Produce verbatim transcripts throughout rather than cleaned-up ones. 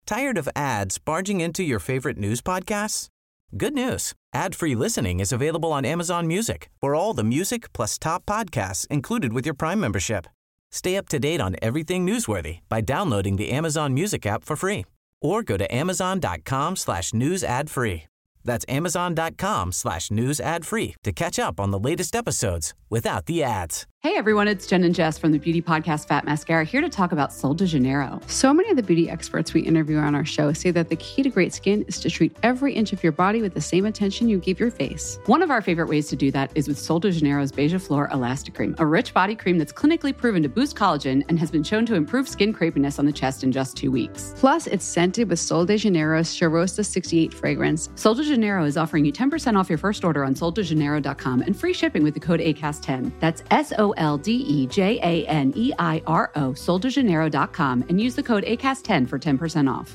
Tired of ads barging into your favorite news podcasts? Good news. Ad-free listening is available on Amazon Music for all the music plus top podcasts included with your Prime membership. Stay up to date on everything newsworthy by downloading the Amazon Music app for free or go to amazon.com slash news ad free. That's amazon.com slash news ad free to catch up on the latest episodes without the ads. Hey everyone, it's Jen and Jess from the beauty podcast Fat Mascara here to talk about Sol de Janeiro. So many of the beauty experts we interview on our show say that the key to great skin is to treat every inch of your body with the same attention you give your face. One of our favorite ways to do that is with Sol de Janeiro's Beija Flor Elastic Cream, a rich body cream that's clinically proven to boost collagen and has been shown to improve skin crepiness on the chest in just two weeks. Plus, it's scented with Sol de Janeiro's Charosta sixty-eight fragrance. Sol de Janeiro is offering you ten percent off your first order on sol de janeiro dot com and free shipping with the code A C A S T ten. That's S O L D E J A N E I R O, sol de janeiro dot com, and use the code A C A S T ten for ten percent off.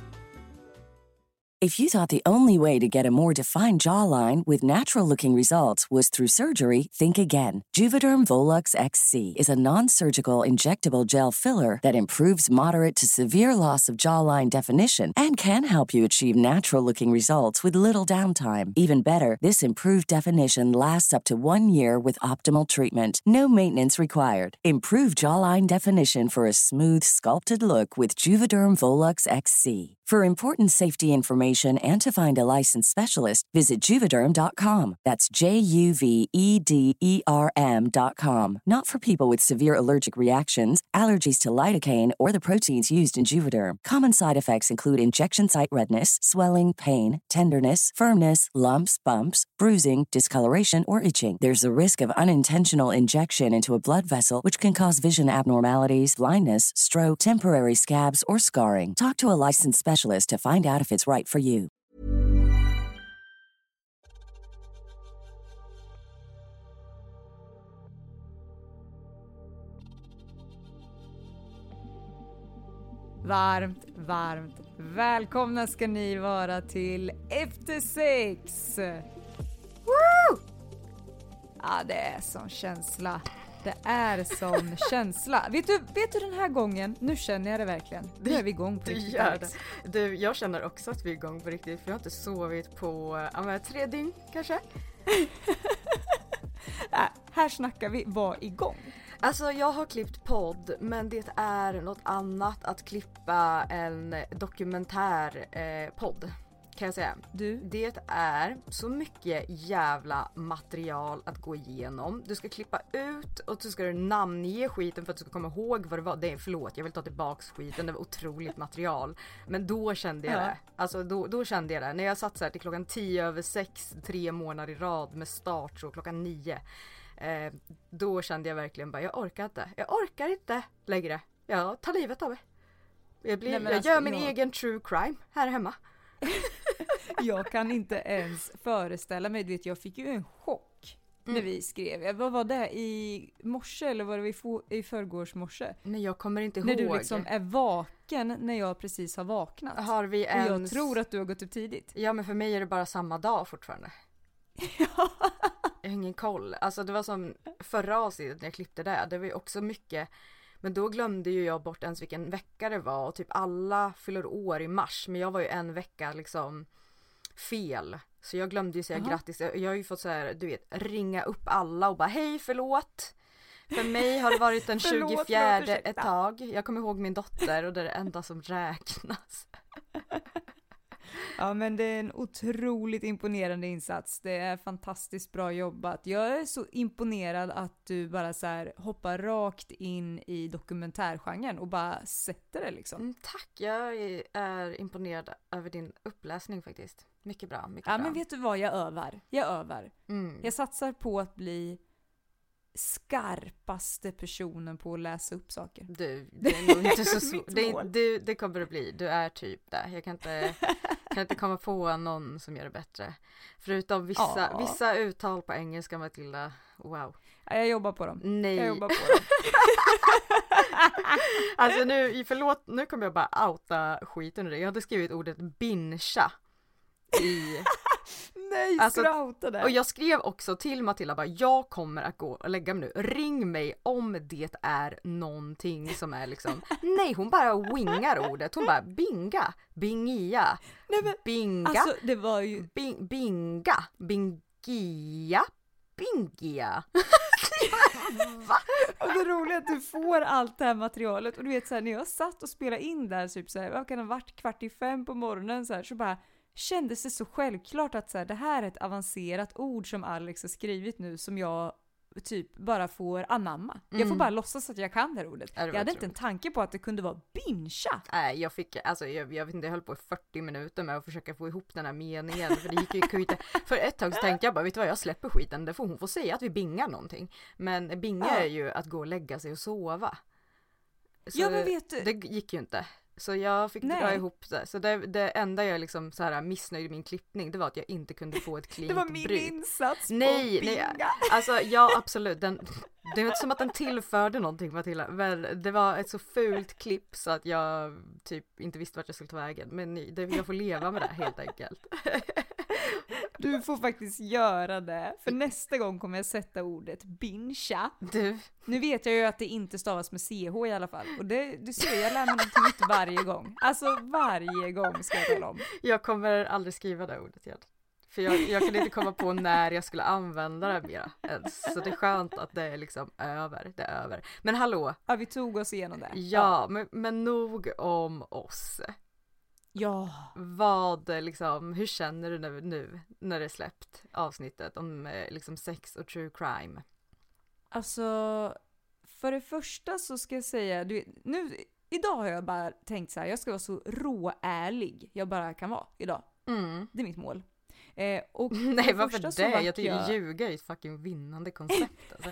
If you thought the only way to get a more defined jawline with natural-looking results was through surgery, think again. Juvederm Volux X C is a non-surgical injectable gel filler that improves moderate to severe loss of jawline definition and can help you achieve natural-looking results with little downtime. Even better, this improved definition lasts up to one year with optimal treatment. No maintenance required. Improve jawline definition for a smooth, sculpted look with Juvederm Volux X C. For important safety information and to find a licensed specialist, visit Juvederm dot com. That's J U V E D E R M dot com. Not for people with severe allergic reactions, allergies to lidocaine, or the proteins used in Juvederm. Common side effects include injection site redness, swelling, pain, tenderness, firmness, lumps, bumps, bruising, discoloration, or itching. There's a risk of unintentional injection into a blood vessel, which can cause vision abnormalities, blindness, stroke, temporary scabs, or scarring. Talk to a licensed specialist to find out if it's right for you. Varmt, varmt välkomna ska ni vara till Efter sex. Woo! Ja, det är sån känsla. Det är sån känsla. Vet du, vet du den här gången, nu känner jag det verkligen. Nu är vi igång på riktigt. Gör det. Du, jag känner också att vi är igång på riktigt. För jag har inte sovit på äh, tre dygn kanske. äh, här snackar vi, var igång. Alltså jag har klippt podd, men det är något annat att klippa en dokumentär eh, podd. Kan jag säga. Du? Det är så mycket jävla material att gå igenom. Du ska klippa ut och så ska du namnge skiten för att du ska komma ihåg vad det var. Det är, förlåt, jag vill ta tillbaks skiten. Det var otroligt material. Men då kände jag ja. det. Alltså då, då kände jag det. När jag satt så här till klockan tio över sex, tre månader i rad med start så klockan nio. Eh, då kände jag verkligen bara, jag orkar inte. Jag orkar inte längre. Jag tar livet av mig. Jag, blir, Nej, jag alltså, gör min jag... egen true crime här hemma. Jag kan inte ens föreställa mig, du vet, jag fick ju en chock mm. när vi skrev. Vad var det? I morse eller var det i, få, i förrgårs morse? Nej, jag kommer inte ihåg. När du liksom är vaken när jag precis har vaknat. Har vi ens... Och jag tror att du har gått upp tidigt. Ja, men för mig är det bara samma dag fortfarande. Ja. Jag har ingen koll. Alltså det var som förra avsnittet när jag klippte det. Det var ju också mycket... Men då glömde ju jag bort ens vilken vecka det var. Och typ alla fyller år i mars. Men jag var ju en vecka liksom fel. Så jag glömde ju säga uh-huh. grattis. Jag har ju fått så här, du vet, ringa upp alla och bara hej, förlåt. För mig har det varit den tjugofjärde ett tag. Jag kommer ihåg min dotter och det är det enda som räknas. Ja, men det är en otroligt imponerande insats. Det är fantastiskt bra jobbat. Jag är så imponerad att du bara så här hoppar rakt in i dokumentärgenren och bara sätter det liksom. Mm, tack, jag är imponerad över din uppläsning faktiskt. Mycket bra, mycket ja, bra. Men vet du vad, jag övar. Jag övar. Mm. Jag satsar på att bli skarpaste personen på att läsa upp saker. Du, det är nog inte så svårt. Det, det, det kommer det bli. Du är typ där. Jag kan inte, kan inte komma på någon som gör det bättre. Förutom vissa, ja. vissa uttal på engelska, Matilda. Wow. Ja, jag jobbar på dem. Nej. Jag jobbar på dem. Alltså nu, förlåt, nu kommer jag bara outa skiten ur det. Jag hade skrivit ordet bincha i... Nej, alltså, ska du outa det? Och jag skrev också till Matilda bara, jag kommer att gå och lägga mig nu. Ring mig om det är någonting som är liksom, nej hon bara wingar ordet. Hon bara binga, bingia, Nej, men, binga, alltså det var ju... bing, binga, bingia, bingia. Va? Och det roliga är att du får allt det här materialet och du vet så här, när jag satt och spelade in där typ så här, vad kan det ha varit, kvart i fem på morgonen så här, så bara kändes det så självklart att så här, det här är ett avancerat ord som Alex har skrivit nu som jag typ bara får anamma. Mm. Jag får bara låtsas att jag kan det här ordet. Ja, jag hade inte en tanke på att det kunde vara bincha. Nej, jag fick, alltså jag, jag vet inte, jag höll på i fyrtio minuter med att försöka få ihop den här meningen. För det gick ju inte. För ett tag så tänkte jag bara, vet du vad, jag släpper skiten. Det får hon få säga att vi bingar någonting. Men binga ja. är ju att gå och lägga sig och sova. Så ja, men vet du. Det gick ju inte. Så jag fick Nej. dra ihop det. Så det, det enda jag liksom så här missnöjd i min klippning, det var att jag inte kunde få ett cleant bryt. Det var min bryt. insats nej, på binga. Nej, alltså ja absolut. Den, det var inte som att den tillförde någonting Matilda. Men det var ett så fult klipp så att jag typ inte visste vart jag skulle ta vägen. Men det, jag får leva med det helt enkelt. Du får faktiskt göra det. För nästa gång kommer jag sätta ordet bincha. Du. Nu vet jag ju att det inte stavas med C H i alla fall. Och det, du ser, jag lär mig någonting nytt varje gång. Alltså varje gång ska jag tala om. Jag kommer aldrig skriva det ordet igen. För jag, jag kan inte komma på när jag skulle använda det mera ens. Så det är skönt att det är liksom över. Det är över. Men hallå. Ja, vi tog oss igenom det. Ja, ja. Men, men nog om oss. Ja. Vad liksom, hur känner du nu, nu när det är släppt avsnittet om liksom sex och true crime? Alltså, för det första så ska jag säga, du, nu, idag har jag bara tänkt så här, jag ska vara så råärlig jag bara kan vara idag. Mm. Det är mitt mål. Eh, och Nej, varför det? Jag, jag tycker jag... ljuga är ett fucking vinnande koncept. Alltså.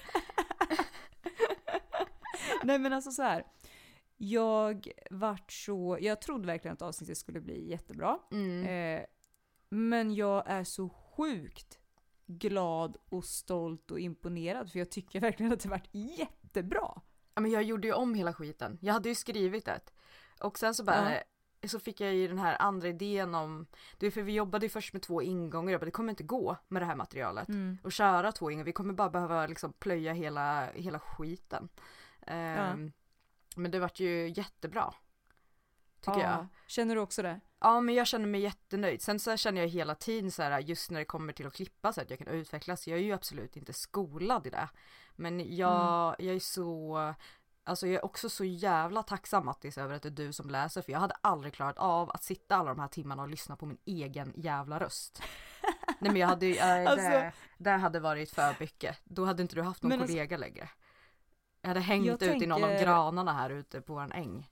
Nej, men alltså så här. Jag vart så, jag trodde verkligen att avsnittet skulle bli jättebra. Mm. Eh, men jag är så sjukt glad och stolt och imponerad. För jag tycker verkligen att det varit jättebra. Ja, men jag gjorde ju om hela skiten. Jag hade ju skrivit det. Och sen så bara... Ja. Så fick jag ju den här andra idén om, det är för vi jobbade ju först med två ingångar, jag bara, det kommer inte gå med det här materialet mm. och köra två ingångar, vi kommer bara behöva liksom plöja hela, hela skiten. Ja. Um, men det vart ju jättebra, tycker ja. jag. Känner du också det? Ja, men jag känner mig jättenöjd. Sen så känner jag hela tiden så här, just när det kommer till att klippa så att jag kan utvecklas, jag är ju absolut inte skolad i det. Men jag, mm. jag är så... Alltså jag är också så jävla tacksam Mattis över att det är du som läser, för jag hade aldrig klarat av att sitta alla de här timmarna och lyssna på min egen jävla röst. Nej, men jag hade ju, äh, alltså, det, det hade varit för mycket. Då hade inte du haft någon kollega alltså, längre. Jag hade hängt jag ut tänker... i någon av granarna här ute på en äng.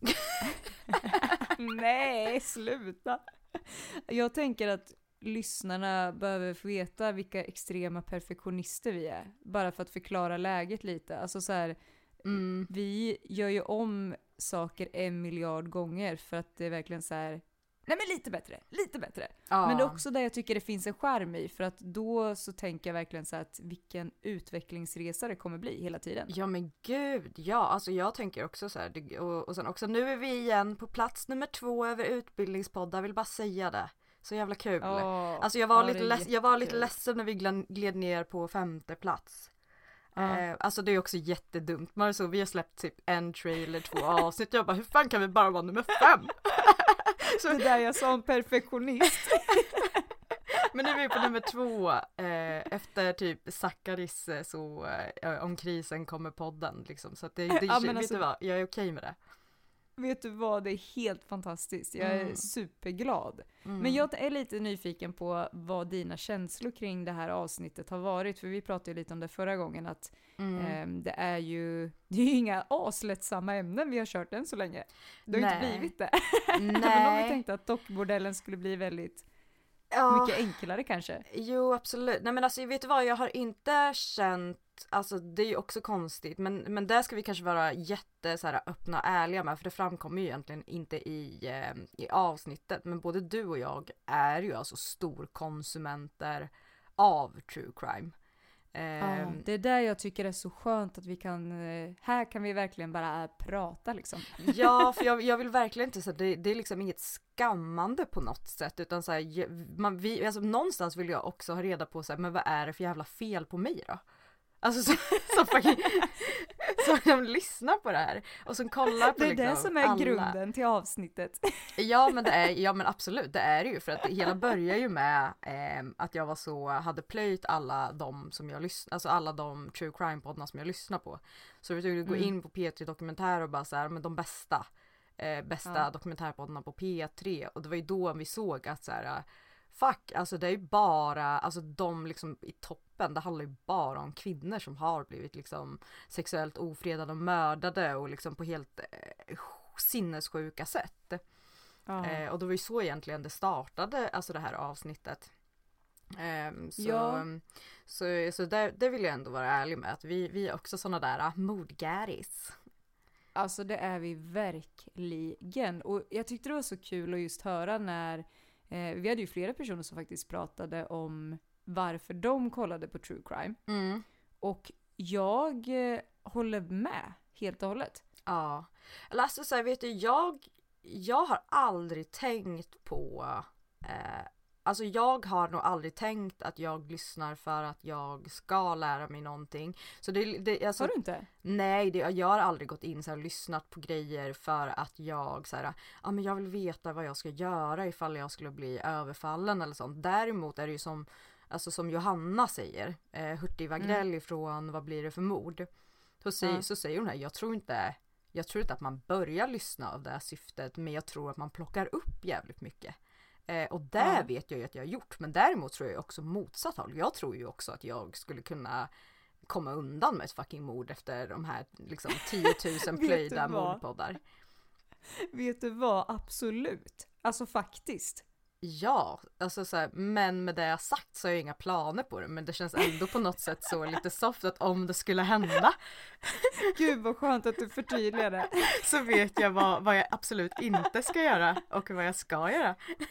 Nej, sluta. Jag tänker att lyssnarna behöver få veta vilka extrema perfektionister vi är. Bara för att förklara läget lite. Alltså så här... Mm. Vi gör ju om saker en miljard gånger för att det är verkligen så här, nej men lite bättre, lite bättre. Ja. Men det är också där jag tycker det finns en charm i, för att då så tänker jag verkligen så här att vilken utvecklingsresa det kommer bli hela tiden. Ja men gud, ja alltså jag tänker också så här, och, och sen också nu är vi igen på plats nummer två över utbildningspoddar, vill bara säga det. Så jävla kul. Oh, alltså jag var, ja, lite leds- jag var lite ledsen när vi gled ner på femte plats. Uh. Eh, alltså det är också jättedumt. Man så, vi har släppt typ en trailer, två avsnitt. Jag bara, hur fan kan vi bara vara nummer fem? Så det där jag sa om perfektionist. Men nu är vi på nummer två. Eh, efter typ Zacharias så eh, om krisen kommer podden liksom. Så att det, det ja, vet alltså, du vad, jag är okej med det. Vet du vad, det är helt fantastiskt. Jag är mm. superglad. Mm. Men jag är lite nyfiken på vad dina känslor kring det här avsnittet har varit. För vi pratade ju lite om det förra gången. Att mm. eh, det är ju det är ju inga aslättsamma ämnen vi har kört än så länge. Det har Nej. inte blivit det. Även om vi tänkte att dockmodellen skulle bli väldigt ja. mycket enklare kanske. Jo, absolut. Nej men alltså, vet du vad, jag har inte känt, alltså det är ju också konstigt, men, men där ska vi kanske vara jätte så här, öppna och ärliga med, för det framkommer ju egentligen inte i, eh, i avsnittet, men både du och jag är ju alltså storkonsumenter av true crime. Ja, det är där jag tycker det är så skönt att vi kan, här kan vi verkligen bara prata liksom. Ja, för jag, jag vill verkligen inte så det, det är liksom inget skammande på något sätt, utan så här, man, vi, alltså, någonstans vill jag också ha reda på så här, men vad är det för jävla fel på mig då? Alltså så, så, fucking, så de lyssnar på det här och så kollar på det är liksom det som är alla. Grunden till avsnittet. Ja men det är, ja men absolut, det är det ju, för att det hela börjar ju med eh, att jag var så, hade plöjt alla de som jag lyssnar, alltså alla de true crime poddarna som jag lyssnar på. Så vi skulle gå Mm. in på P tre Dokumentär och bara så här, men de bästa eh, bästa Ja. dokumentärpoddarna på P tre, och det var ju då vi såg att så här, fuck, alltså det är ju bara, alltså de liksom i toppen, det handlar ju bara om kvinnor som har blivit liksom sexuellt ofredade och mördade och liksom på helt eh, sinnessjuka sätt. Ja. Eh, och det var ju så egentligen det startade, alltså det här avsnittet. Eh, så Ja. så, så det, det vill jag ändå vara ärlig med, att vi, vi är också såna där mordgäris. Alltså det är vi verkligen. Och jag tyckte det var så kul att just höra när eh, vi hade ju flera personer som faktiskt pratade om varför de kollade på true crime. Mm. Och jag eh, håller med helt och hållet. Ja. Eller alltså så här, vet du, jag, jag har aldrig tänkt på eh, alltså jag har nog aldrig tänkt att jag lyssnar för att jag ska lära mig någonting. Så det, det, alltså, Har du inte? Nej, det, jag har aldrig gått in så här och lyssnat på grejer för att jag så här, ja men jag vill veta vad jag ska göra ifall jag skulle bli överfallen eller sånt. Däremot är det ju som, alltså som Johanna säger, eh, Hurtig Wagrell mm. ifrån Vad blir det för mord? Så, säger, Ja. så säger hon här, jag tror inte jag tror inte att man börjar lyssna av det här syftet, men jag tror att man plockar upp jävligt mycket. Eh, och det Ja. vet jag ju att jag har gjort, men däremot tror jag också motsatt håll. Jag tror ju också att jag skulle kunna komma undan med ett fucking mord efter de här liksom tiotusen plöjda mordpoddar. Vet du vad? Absolut. Alltså faktiskt. Ja, alltså så här, men med det jag sagt så har jag inga planer på det, men det känns ändå på något sätt så lite soft att om det skulle hända. Gud vad skönt att du förtydligar det. Så vet jag vad, vad jag absolut inte ska göra och vad jag ska göra.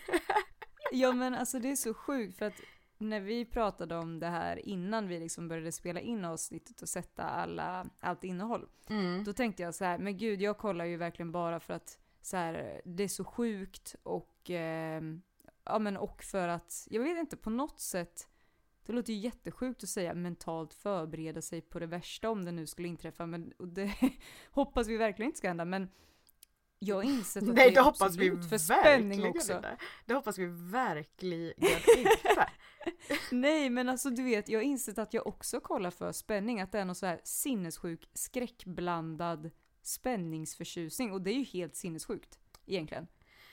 Ja men alltså det är så sjukt, för att när vi pratade om det här innan vi liksom började spela in avsnittet och sätta alla, allt innehåll. Mm. Då tänkte jag så här, men gud jag kollar ju verkligen bara för att så här, det är så sjukt och eh, ja men och för att, jag vet inte, på något sätt, det låter ju jättesjukt att säga mentalt förbereda sig på det värsta om det nu skulle inträffa, men och det hoppas vi verkligen inte ska hända, men jag har insett att Nej, det är hoppas vi absolut för spänning verkligen också. Inte. Det hoppas vi verkligen inte. Nej, men alltså du vet, jag har insett att jag också kollar för spänning, att det är någon så här sinnessjuk, skräckblandad spänningsförtjusning, och det är ju helt sinnessjukt egentligen.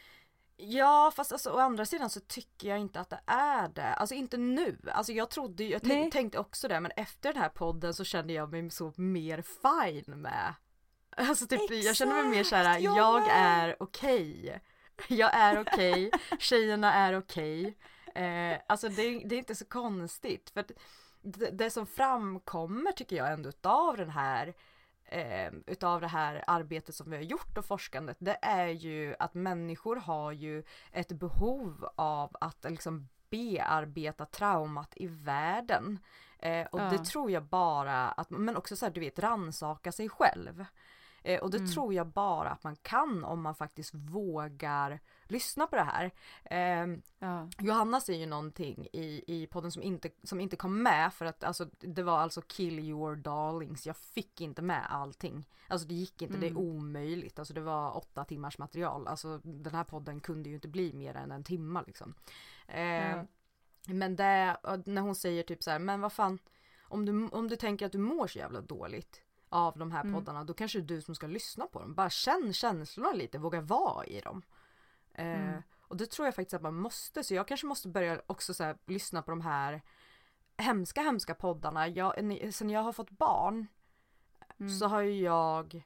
Ja, fast alltså, å andra sidan så tycker jag inte att det är det. Alltså inte nu. Alltså jag trodde, jag t- tänkte också det, men efter den här podden så kände jag mig så mer fine med. Alltså typ, Exakt, jag känner mig mer såhär, jag, jag är okej. Okay. Jag är okej. Okay. Tjejerna är okej. Okay. Eh, alltså det, det är inte så konstigt. För att det, det som framkommer tycker jag ändå utav den här eh, utav det här arbetet som vi har gjort och forskandet, det är ju att människor har ju ett behov av att liksom bearbeta traumat i världen. Eh, och ja. Det tror jag bara att, men också så här, du vet, rannsaka sig själv. Eh, och det mm. tror jag bara att man kan om man faktiskt vågar lyssna på det här. Eh, ja. Johanna säger ju någonting i, i podden som inte, som inte kom med, för att alltså, det var alltså kill your darlings. Jag fick inte med allting. Alltså det gick inte, mm. det är omöjligt. Alltså det var åtta timmars material. Alltså den här podden kunde ju inte bli mer än en timma liksom. Eh, ja. Men det, när hon säger typ så här, men vad fan, om du, om du tänker att du mår så jävla dåligt av de här mm. poddarna, då kanske det är du som ska lyssna på dem. Bara känn känslorna lite, våga vara i dem. Mm. Eh, och det tror jag faktiskt att man måste, så jag kanske måste börja också så här, lyssna på de här hemska, hemska poddarna. Jag, sen jag har fått barn mm. så har ju jag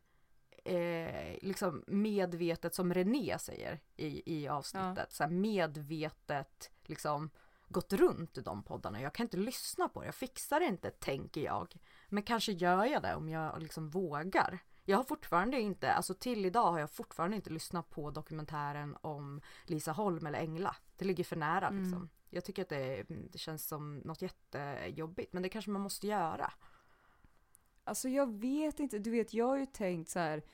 eh, liksom medvetet, som René säger i, i avsnittet, ja. Så här medvetet liksom gått runt i de poddarna. Jag kan inte lyssna på det. Jag fixar det inte, tänker jag. Men kanske gör jag det om jag liksom vågar. Jag har fortfarande inte, alltså till idag har jag fortfarande inte lyssnat på dokumentären om Lisa Holm eller Engla. Det ligger för nära liksom. Mm. Jag tycker att det, det känns som något jättejobbigt, men det kanske man måste göra. Alltså jag vet inte, du vet, jag har ju tänkt så här.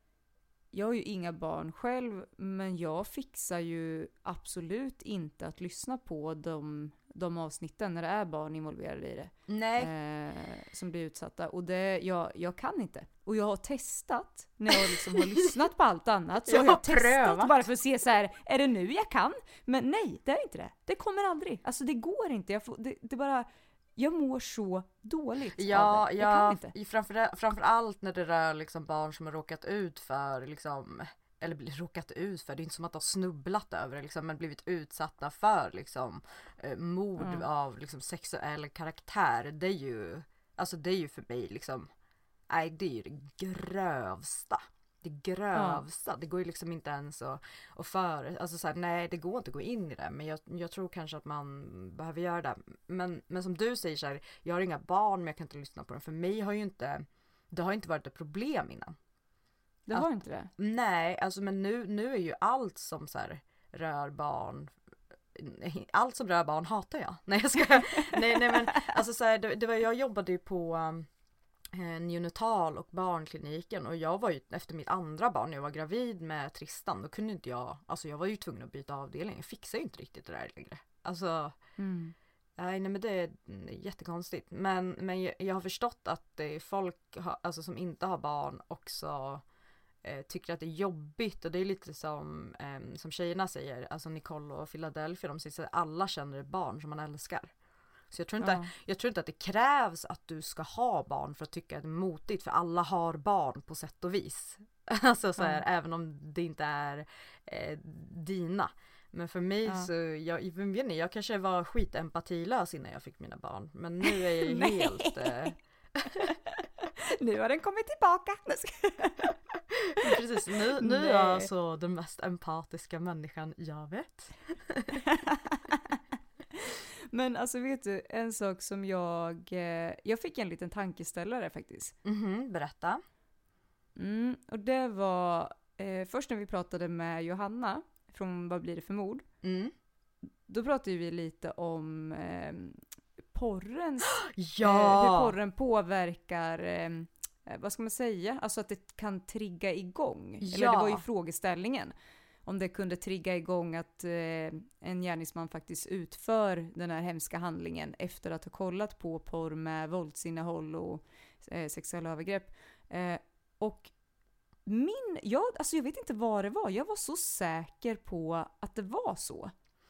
Jag har ju inga barn själv, men jag fixar ju absolut inte att lyssna på de, de avsnitten när det är barn involverade i det. Nej. Eh, som blir utsatta. Och det, jag, jag kan inte. Och jag har testat, när jag liksom har lyssnat på allt annat, så jag har jag testat prövat. Bara för att se så här, är det nu jag kan? Men nej, det är inte det. Det kommer aldrig. Alltså det går inte. Jag får, det, det bara... Jag mår så dåligt ja, av det. Jag ja, kan inte. Framför, framför allt när det rör liksom barn som har råkat ut för liksom, eller råkat ut för, det är inte som att de har snubblat över det liksom, men blivit utsatta för liksom eh, mord mm. av liksom sexuell karaktär. Det är ju, alltså det är ju för mig liksom, nej, det är ju det grövsta. Det grövsta. Ja. Det går ju liksom inte ens att, att för, alltså så här, nej, det går inte att gå in i det, men jag, jag tror kanske att man behöver göra det. Men, men som du säger så här, jag har inga barn, men jag kan inte lyssna på dem. För mig har ju inte, det har inte varit ett problem innan. Det har att, inte det? Nej, alltså men nu, nu är ju allt som så här rör barn, allt som rör barn hatar jag. Nej, jag ska, nej, nej men alltså så här, det, det var, jag jobbade ju på um, neonatal och barnkliniken, och jag var ju efter mitt andra barn, när jag var gravid med Tristan, då kunde inte jag, alltså jag var ju tvungen att byta avdelning, jag fixade ju inte riktigt det där längre. Alltså mm. nej, nej men det är jättekonstigt, men, men jag, jag har förståt att det är folk ha, alltså, som inte har barn också eh, tycker att det är jobbigt, och det är lite som eh, som tjejerna säger, alltså Nicole och Philadelphia, de säger att alla känner ett barn som man älskar. Så jag tror, inte, ja. jag tror inte att det krävs att du ska ha barn för att tycka att det är motigt, för alla har barn på sätt och vis. Alltså så här, ja. Även om det inte är eh, dina. Men för mig ja. så, jag, jag vet inte, jag kanske var skitempatilös innan jag fick mina barn. Men nu är jag ju helt... Eh... nu har den kommit tillbaka. Precis, nu, nu är jag alltså den mest empatiska människan jag vet. Men alltså vet du, en sak som jag... Eh, jag fick en liten tankeställare faktiskt. Mm-hmm, berätta. Mm, och det var... Eh, först när vi pratade med Johanna från Vad blir det för mord? Mm. Då pratade vi lite om eh, porrens... ja! Eh, hur porren påverkar... Eh, vad ska man säga? Alltså att det kan trigga igång. Ja. Eller det var ju frågeställningen. Om det kunde trigga igång att eh, en gärningsman faktiskt utför den här hemska handlingen efter att ha kollat på porr med våldsinnehåll och eh, sexuella övergrepp. Eh, och min, jag, alltså jag vet inte vad det var. Jag var så säker på att det var så.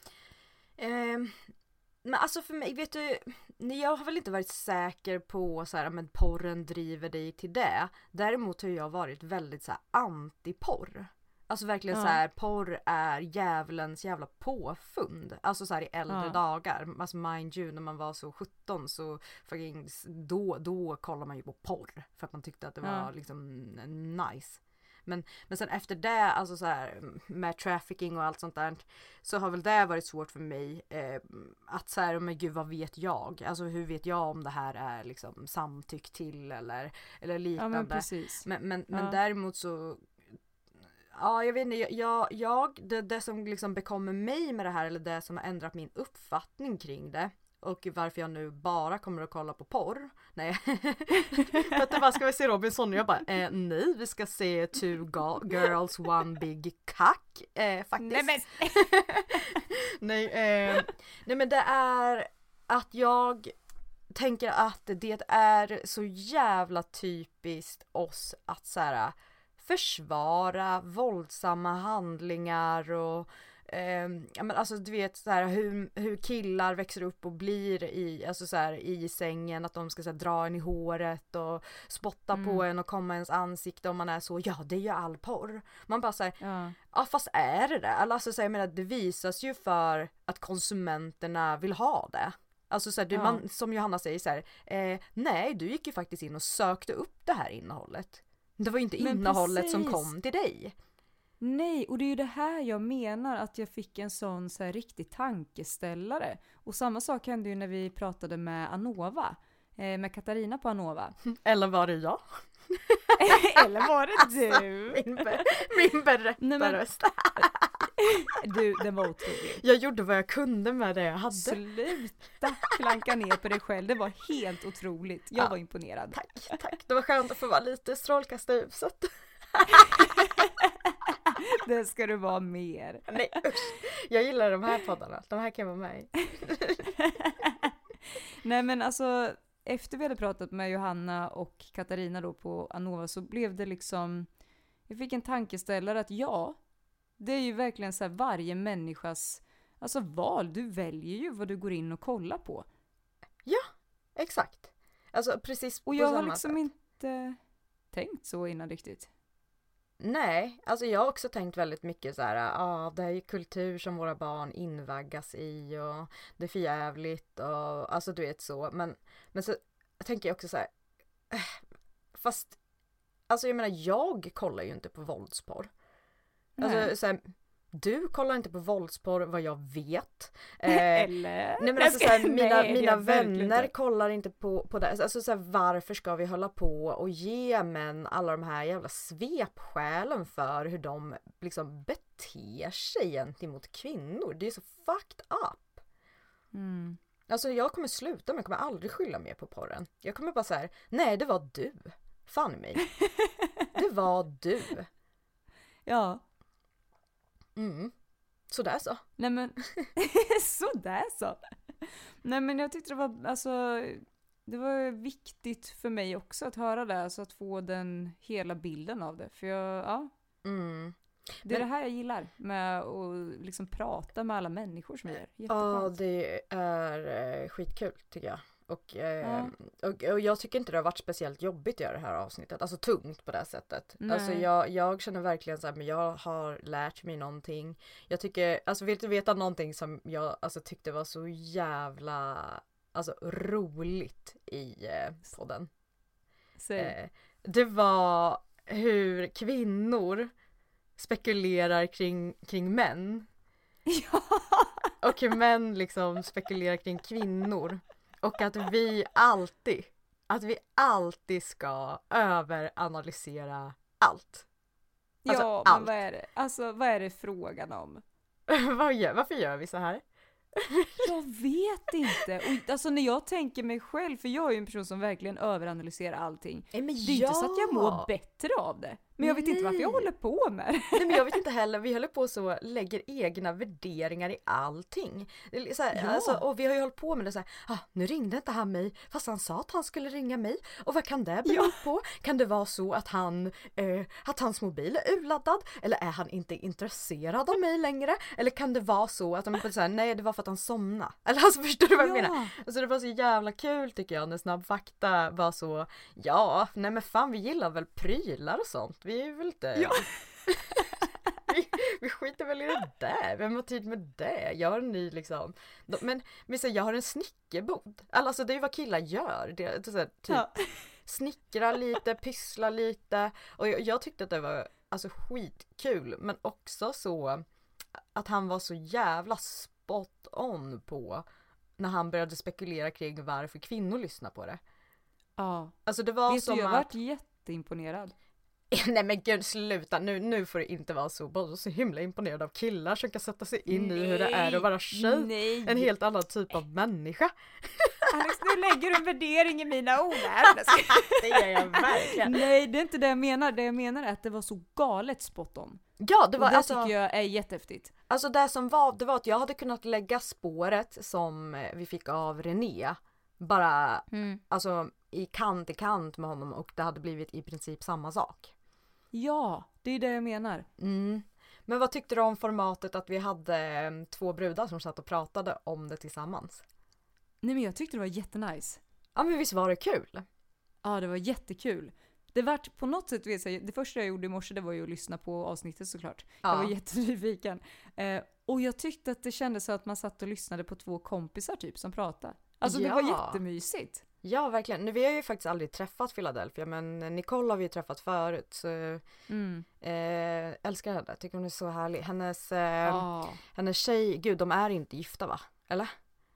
Eh, men alltså för mig, vet du, jag har väl inte varit säker på så här, men porren driver dig till det. Däremot har jag varit väldigt så här anti-porr. Alltså verkligen ja. Så här, porr är djävulens jävla påfund. Alltså så här i äldre ja. dagar. Alltså mind you, när man var så sjutton så fucking, då, då kollade man ju på porr. För att man tyckte att det var ja. liksom nice. Men, men sen efter det, alltså så här, med trafficking och allt sånt där, så har väl det varit svårt för mig. Eh, att så här, men gud, vad vet jag? Alltså hur vet jag om det här är liksom samtyck till eller, eller liknande. Ja, men precis. Men, men, ja. men däremot så... Ja, jag vet inte, jag, jag det, det som liksom bekommer mig med det här, eller det som har ändrat min uppfattning kring det, och varför jag nu bara kommer att kolla på porr. Nej. För att det bara, ska vi se Robinson? Och jag bara, eh, nej, vi ska se Two go- Girls One Big Cock. Eh, faktiskt. Nej, men... nej, eh, nej, men det är att jag tänker att det är så jävla typiskt oss att så här, försvara våldsamma handlingar och eh, ja, men alltså du vet så här, hur, hur killar växer upp och blir i, alltså så här, i sängen, att de ska så här, dra en i håret och spotta mm. på en och komma ens ansikte om man är så, ja det är ju all porr. Man bara säger, ja. ja fast är det det? Alltså så här, jag menar, det visas ju för att konsumenterna vill ha det. Alltså så här, du, ja. man, som Johanna säger så här, eh, nej du gick ju faktiskt in och sökte upp det här innehållet. Det var ju inte men innehållet precis. Som kom till dig. Nej, och det är ju det här jag menar, att jag fick en sån så här riktig tankeställare. Och samma sak hände ju när vi pratade med Anova. Eh, med Katarina på Anova. Eller var det jag? Eller var det du? Min, be- min berättarröst. Du, den var otrolig. Jag gjorde vad jag kunde med det jag hade. Sluta klanka ner på dig själv. Det var helt otroligt. Jag Ja. var imponerad. Tack, tack. Det var skönt att få vara lite strålkastarljuset. Det ska du vara mer. Nej, usch. Jag gillar de här poddarna. De här kan vara med i. Nej men alltså, efter vi hade pratat med Johanna och Katarina då på Anova så blev det liksom, jag fick en tankeställare att ja, det är ju verkligen så här varje människas alltså val. Du väljer ju vad du går in och kollar på. Ja, exakt. Alltså precis på Och jag samma har liksom sätt. inte tänkt så innan riktigt. Nej, alltså jag har också tänkt väldigt mycket så här, ja ah, det är ju kultur som våra barn invaggas i och det är för jävligt och alltså du vet så. Men, men så tänker jag också så här, äh, fast alltså jag menar jag kollar ju inte på våldsporr. Alltså Nej. så här, du kollar inte på våldsporr vad jag vet. Eh, Eller? Nej men alltså så här, mina, Nej, det mina är verkligen vänner inte. kollar inte på, på det. Alltså så här, varför ska vi hålla på och ge män alla de här jävla svepskälen för hur de liksom beter sig gentemot kvinnor? Det är så fucked up. Mm. Alltså jag kommer sluta men jag kommer aldrig skylla mer på porren. Jag kommer bara säga, nej det var du. Fan i mig. Det var du. Ja. Mm. Så där så. Nej men, sådär så. Nej men jag tyckte det var, alltså, det var viktigt för mig också att höra det, alltså att få den hela bilden av det. För jag, ja, Mm. det är Men- det här jag gillar med att liksom prata med alla människor som jag gör. Ja, Jätteskönt. det är eh, skitkul tycker jag. Och, eh, Ja. och, och jag tycker inte det har varit speciellt jobbigt att göra det här avsnittet. Alltså tungt på det sättet. Nej. Alltså jag, jag känner verkligen så här, men jag har lärt mig någonting. Jag tycker, alltså vill du veta någonting som jag alltså, tyckte var så jävla alltså, roligt i eh, podden? Säg. Eh, det var hur kvinnor spekulerar kring, kring män. Ja. Och hur män liksom spekulerar kring kvinnor. Och att vi alltid, att vi alltid ska överanalysera allt. Alltså, ja, allt. men vad är det? Alltså, vad är det frågan om? Vad gör, varför gör vi så här? Jag vet inte. Och, alltså när jag tänker mig själv, för jag är ju en person som verkligen överanalyserar allting. Nej, men Det är inte så att jag mår bättre av det. Men jag vet inte varför jag Nej. håller på med det. Nej, men jag vet inte heller, vi håller på så, lägger egna värderingar i allting. Det är så här, Ja. alltså, och vi har ju hållit på med det så här, ah, nu ringde inte han mig, fast han sa att han skulle ringa mig. Och vad kan det bero Ja. på? Kan det vara så att han, eh, att hans mobil är urladdad? Eller är han inte intresserad av mig längre? Eller kan det vara så att de är så här, nej det var för att han somnade. Eller alltså förstår du vad jag Ja. menar? Alltså det var så jävla kul tycker jag när Snabb Fakta var så, ja, nej men fan vi gillar väl prylar och sånt. Vi är väl inte... Ja. vi, vi skiter väl i det där. Vem har tid med det? Jag har en ny liksom... De- Men, men så, jag har en snickerbod. Alltså det är ju vad killar gör. Det, det, är så här, typ Ja. snickra lite, pyssla lite. Och jag, jag tyckte att det var alltså skitkul. Men också så att han var så jävla spot on på när han började spekulera kring varför kvinnor lyssnar på det. Ja. Alltså det var Vet som du, jag att... varit jätteimponerad. Nej men gud sluta, nu, nu får det inte vara så, bara så himla imponerad av killar som kan sätta sig in i hur det är att vara tjej. Nej. En helt annan typ av människa. Alex, nu lägger du en värdering i mina ord här. Det gör jag verkligen. Nej, det är inte det jag menar. Det jag menar är att det var så galet spot on. Ja, det var Och det alltså, tycker jag är jättehäftigt. alltså det som var, det var att jag hade kunnat lägga spåret som vi fick av René. Bara, Mm. alltså i kant i kant med honom och det hade blivit i princip samma sak. Ja, det är det jag menar. Mm. Men vad tyckte du om formatet att vi hade eh, två brudar som satt och pratade om det tillsammans? Nej men jag tyckte det var jättenice. Ja men visst var det kul? Ja, det var jättekul. Det vart på något sätt, vet jag, det första jag gjorde i morse det var ju att lyssna på avsnittet såklart. Ja. Jag var jättenyfiken. Eh, och jag tyckte att det kändes så att man satt och lyssnade på två kompisar typ som pratade. Alltså det Ja. var jättemysigt. Ja, verkligen. Nu, vi har ju faktiskt aldrig träffat Philadelphia, men Nicole har vi ju träffat förut. Så, Mm. eh, älskar henne. Tycker hon är så härlig. Hennes, eh, Ja. hennes tjej, gud de är inte gifta va? Eller?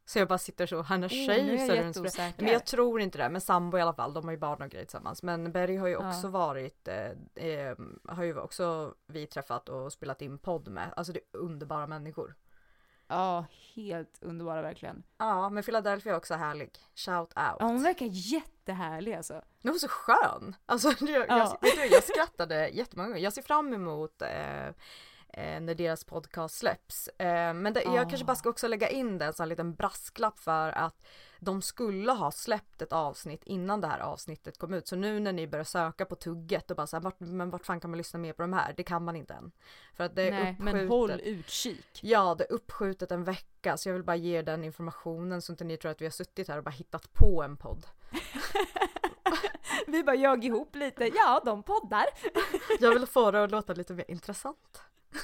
Så jag bara sitter så, han är Oh, tjej. nu är så jag är det jätteosäker. men jag tror inte det, men sambo i alla fall, de har ju barn och grejer tillsammans. Men Berry har ju också Ja. varit, eh, eh, har ju också vi träffat och spelat in podd med. Alltså det är underbara människor. Ja, helt underbara verkligen. Ja, men Philadelphia är också härlig. Shout out. Ja, hon verkar jättehärlig alltså. Hon var så skön. Alltså jag, Ja. jag, vet du, jag skrattade jättemånga gånger. Jag ser fram emot eh, eh, när deras podcast släpps. Eh, men det, jag Ja. kanske bara ska också lägga in en sån här liten brasklapp för att de skulle ha släppt ett avsnitt innan det här avsnittet kom ut. Så nu när ni börjar söka på tugget och bara så här, vart, men vart fan kan man lyssna mer på de här? Det kan man inte än. För att det är Nej, uppskjutet. men håll utkik. Ja, det är uppskjutet en vecka, så jag vill bara ge den informationen så inte ni tror att vi har suttit här och bara hittat på en podd. Vi bara jag ihop lite. Ja, de poddar. Jag vill få det att låta lite mer intressant.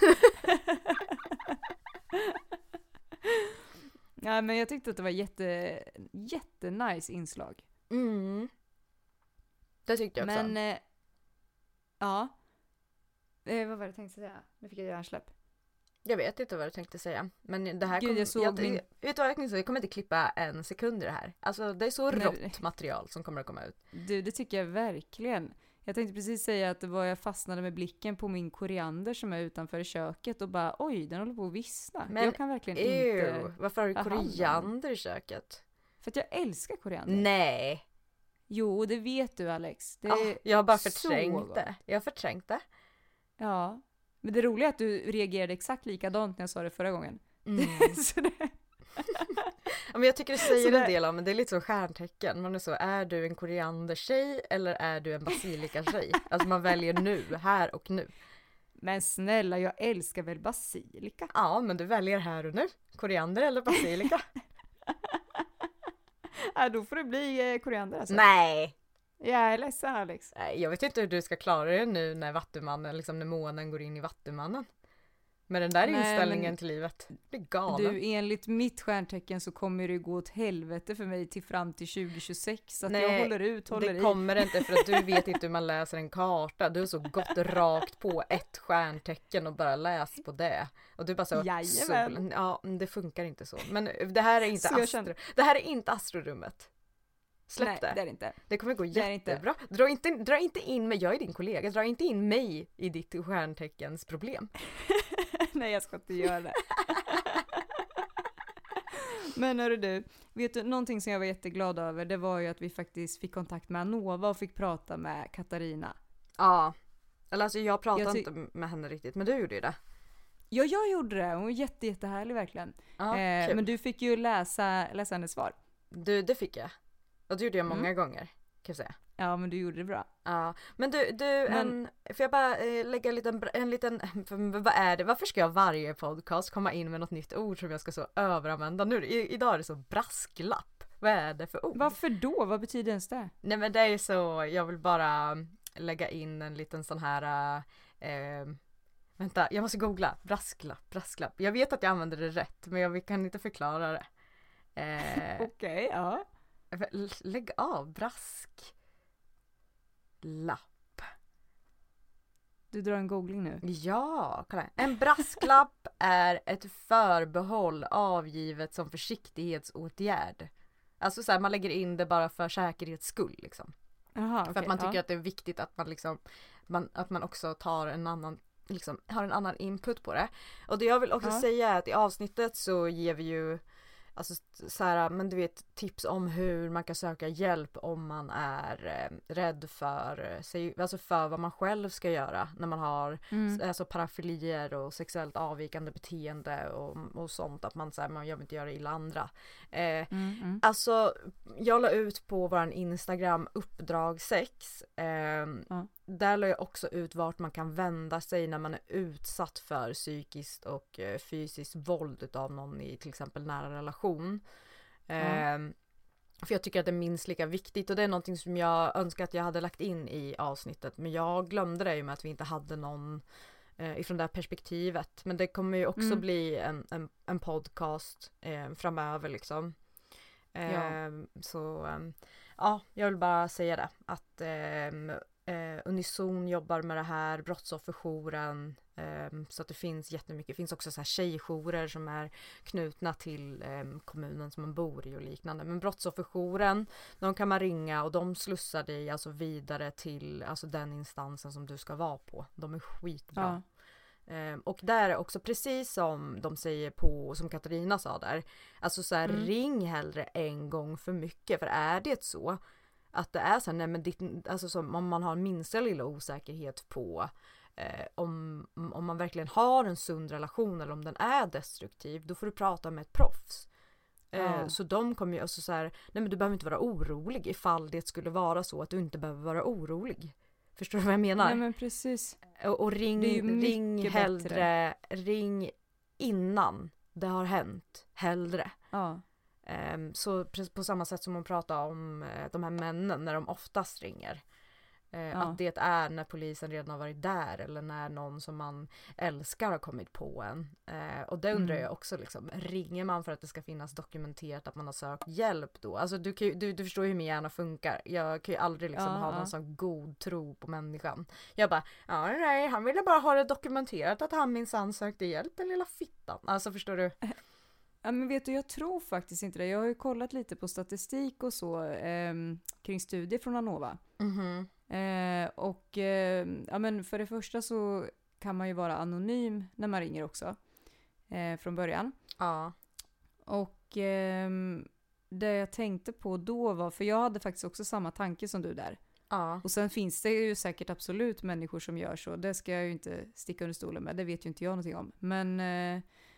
Ja, men jag tyckte att det var jätte jättenice inslag. Mm. Det tyckte jag också. Men eh, ja. Eh, vad var det jag tänkte säga? Nu fick jag hjärnsläpp. Jag vet inte vad du tänkte säga. Men det här Gud, kommer... jag såg min- Vet du vad jag kan säga? Jag kommer inte klippa en sekund i det här. Alltså det är så Men- rått material som kommer att komma ut. Du, det tycker jag verkligen. Jag tänkte precis säga att det var jag fastnade med blicken på min koriander som är utanför i köket och bara oj, den håller på att vissna. Men jag kan verkligen Ew, inte... varför har du ta hand om den. koriander i köket? För att jag älskar koriander. Nej. Jo, det vet du Alex. Det Ah, är jag har bara så förträngt gott. det. Jag har förträngt det. Ja. Men det roliga är att du reagerade exakt likadant när jag sa det förra gången. Mm. Så det... Ja, men jag tycker det säger Så det- en del om, men det är lite så stjärntecken. Man är så, är du en koriandertjej eller är du en basilikatjej? Alltså man väljer nu, här och nu. Men snälla, jag älskar väl basilika. Ja, men du väljer här och nu. Koriander eller basilika? Ja, då får det bli eh, koriander alltså. Nej! Jag är ledsen Alex. Nej, jag vet inte hur du ska klara det nu när vattumannen, liksom när månen går in i vattumannen. Med den där Nej, inställningen men- till livet. Det blir galen. Du, enligt mitt stjärntecken så kommer det gå åt helvete för mig till fram till tjugo tjugosex. Så att Nej, jag håller ut, håller det i. kommer inte för att du vet inte hur man läser en karta. Du har så gått rakt på ett stjärntecken och bara läst på det. Och du bara så, Jajamän. solen, ja det funkar inte så. Men det här är inte, Så jag astro, känner- det här är inte astrorummet. Släpp Nej, det. det är det inte. Det kommer gå det är inte. jättebra. Dra inte, dra inte in mig, jag är din kollega. Dra inte in mig i ditt stjärnteckens problem. Nej, jag ska inte göra det. Men hörru du, vet du, någonting som jag var jätteglad över, det var ju att vi faktiskt fick kontakt med Anova och fick prata med Katarina. Ja. Eller alltså jag pratar Jag ty- inte med henne riktigt, men du gjorde ju det. Ja, jag gjorde det. Hon var jätte, jättehärlig verkligen. Ja, eh, kul. men du fick ju läsa, läsa hennes svar. Du, det fick jag. Och det gjorde jag Mm. många gånger, kan jag säga. Ja, men du gjorde det bra. Ja, men du, du Men- en, får jag bara eh, lägga en liten, en liten, för, vad är det, varför ska jag varje podcast komma in med något nytt ord som jag ska så överanvända nu? I, idag är det så brasklapp, vad är det för ord? Varför då? Vad betyder ens det? Nej men det är så, jag vill bara lägga in en liten sån här, eh, vänta, jag måste googla, brasklapp, brasklapp. Jag vet att jag använder det rätt, men jag kan inte förklara det. Eh, Okej, ja. lägg av, brask. Lapp. Du drar en googling nu. Ja, kolla. En brasklapp är ett förbehåll avgivet som försiktighetsåtgärd. Alltså så här, man lägger in det bara för säkerhets skull liksom. Jaha, För okej, att man tycker ja. att det är viktigt att man liksom man, att man också tar en annan liksom har en annan input på det. Och det jag vill också Ja. säga är att i avsnittet så ger vi ju alltså så här, men du vet tips om hur man kan söka hjälp om man är eh, rädd för sig, alltså för vad man själv ska göra när man har Mm. alltså parafilier och sexuellt avvikande beteende och, och sånt, att man säger man jag vill inte göra illa andra. Eh, Mm, mm. Alltså, jag la ut på våran Instagram uppdrag sex. Eh, Ja. Där la jag också ut vart man kan vända sig när man är utsatt för psykiskt och eh, fysiskt våld utav någon i till exempel nära relation. Eh, För jag tycker att det är minst lika viktigt och det är någonting som jag önskar att jag hade lagt in i avsnittet. Men jag glömde det ju med att vi inte hade någon eh, ifrån det här perspektivet. Men det kommer ju också Mm. bli en, en, en podcast eh, framöver liksom. Eh, Ja. Så eh, ja, jag vill bara säga det. Att eh, Eh, Unison jobbar med det här, brottsofferjouren, eh, så att det finns jättemycket. Det finns också så här tjejjourer som är knutna till eh, kommunen som man bor i och liknande. Men brottsofferjouren, de kan man ringa och de slussar dig alltså vidare till alltså den instansen som du ska vara på. De är skitbra. Ja. Eh, och där är också precis som de säger på, som Katarina sa där, alltså så här, mm. ring hellre en gång för mycket, för är det så att det är så här, nej men ditt, alltså så, om man har minsta lilla osäkerhet på eh, om, om man verkligen har en sund relation eller om den är destruktiv, då får du prata med ett proffs. Eh, ja. Så de kommer ju alltså så här, nej men du behöver inte vara orolig ifall det skulle vara så att du inte behöver vara orolig. Förstår du vad jag menar? Nej men precis. Och, och ring, ring hellre, ring innan det har hänt, hellre. Ja. Um, så på samma sätt som hon pratar om uh, de här männen när de oftast ringer. Uh, ja. Att det är när polisen redan har varit där eller när någon som man älskar har kommit på en. Uh, och det undrar mm. jag också, liksom, ringer man för att det ska finnas dokumenterat att man har sökt hjälp då? Alltså du, kan ju, du, du förstår ju hur min hjärna funkar. Jag kan ju aldrig liksom ja, ha ja. någon sån god tro på människan. Jag bara, ja nej, han ville bara ha det dokumenterat att han minsann sökte hjälp, den lilla fittan. Alltså förstår du? Ja men vet du, jag tror faktiskt inte det. Jag har ju kollat lite på statistik och så eh, kring studier från Anova. Mm-hmm. Eh, och eh, ja men för det första så kan man ju vara anonym när man ringer också. Eh, från början. Ja. Och eh, det jag tänkte på då var, för jag hade faktiskt också samma tanke som du där. Ja. Och sen finns det ju säkert absolut människor som gör så. Det ska jag ju inte sticka under stolen med. Det vet ju inte jag någonting om. Men... Eh,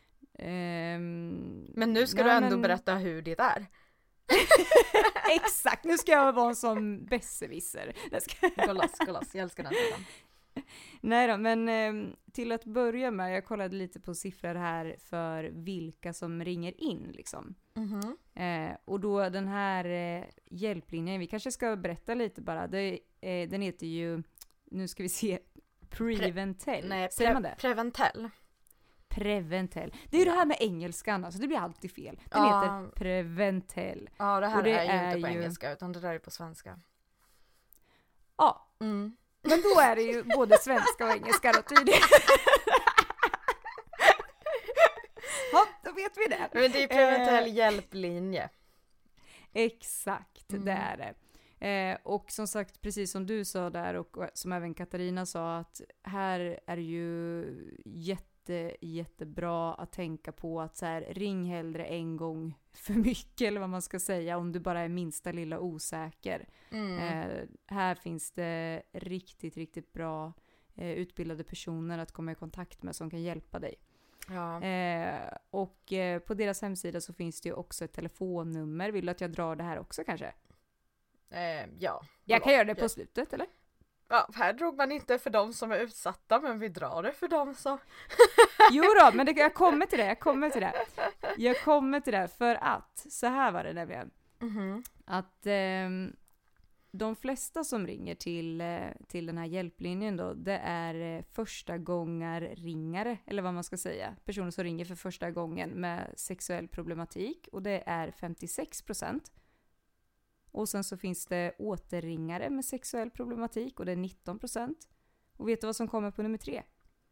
Um, men nu ska nej, du ändå men... berätta hur det är. Exakt, nu ska jag vara en sån besserwisser. Gå loss, gå loss, jag älskar den tiden. Nej då, men eh, till att börja med, jag kollade lite på siffror här för vilka som ringer in liksom. Mm-hmm. Eh, och då den här eh, hjälplinjen, vi kanske ska berätta lite bara. Det, eh, den heter ju, nu ska vi se, Preventell. Pre- nej, Säger pre- man det? Preventell. Preventell. Det är ju ja. det här med engelskan, alltså det blir alltid fel. Den ja. heter Preventell. Ja, det här det är ju är inte på ju... engelska utan det där är på svenska. Ja, mm. men då är det ju både svenska och engelska då tydligen. Ja, då vet vi det. Men det är Preventell hjälplinje. Exakt, mm. det är det. Eh, och som sagt, precis som du sa där och som även Katarina sa, att här är det ju jätte Jätte, jättebra att tänka på att så här, ring hellre en gång för mycket eller vad man ska säga om du bara är minsta lilla osäker. Mm. Eh, här finns det riktigt, riktigt bra eh, utbildade personer att komma i kontakt med som kan hjälpa dig. Ja. Eh, och eh, på deras hemsida så finns det ju också ett telefonnummer. Vill du att jag drar det här också kanske? Eh, ja. Jag kan göra det på ja. slutet, eller? Ja, här drog man inte för de som är utsatta, men vi drar det för de som... Jo då, men det, jag kommer till det, jag kommer till det. Jag kommer till det för att, så här var det nämligen. Mm-hmm. Att eh, de flesta som ringer till, eh, till den här hjälplinjen då, det är eh, första gångar ringare, eller vad man ska säga. Personer som ringer för första gången med sexuell problematik, och det är femtiosex procent. Och sen så finns det återringare med sexuell problematik och det är nitton procent. Och vet du vad som kommer på nummer tre?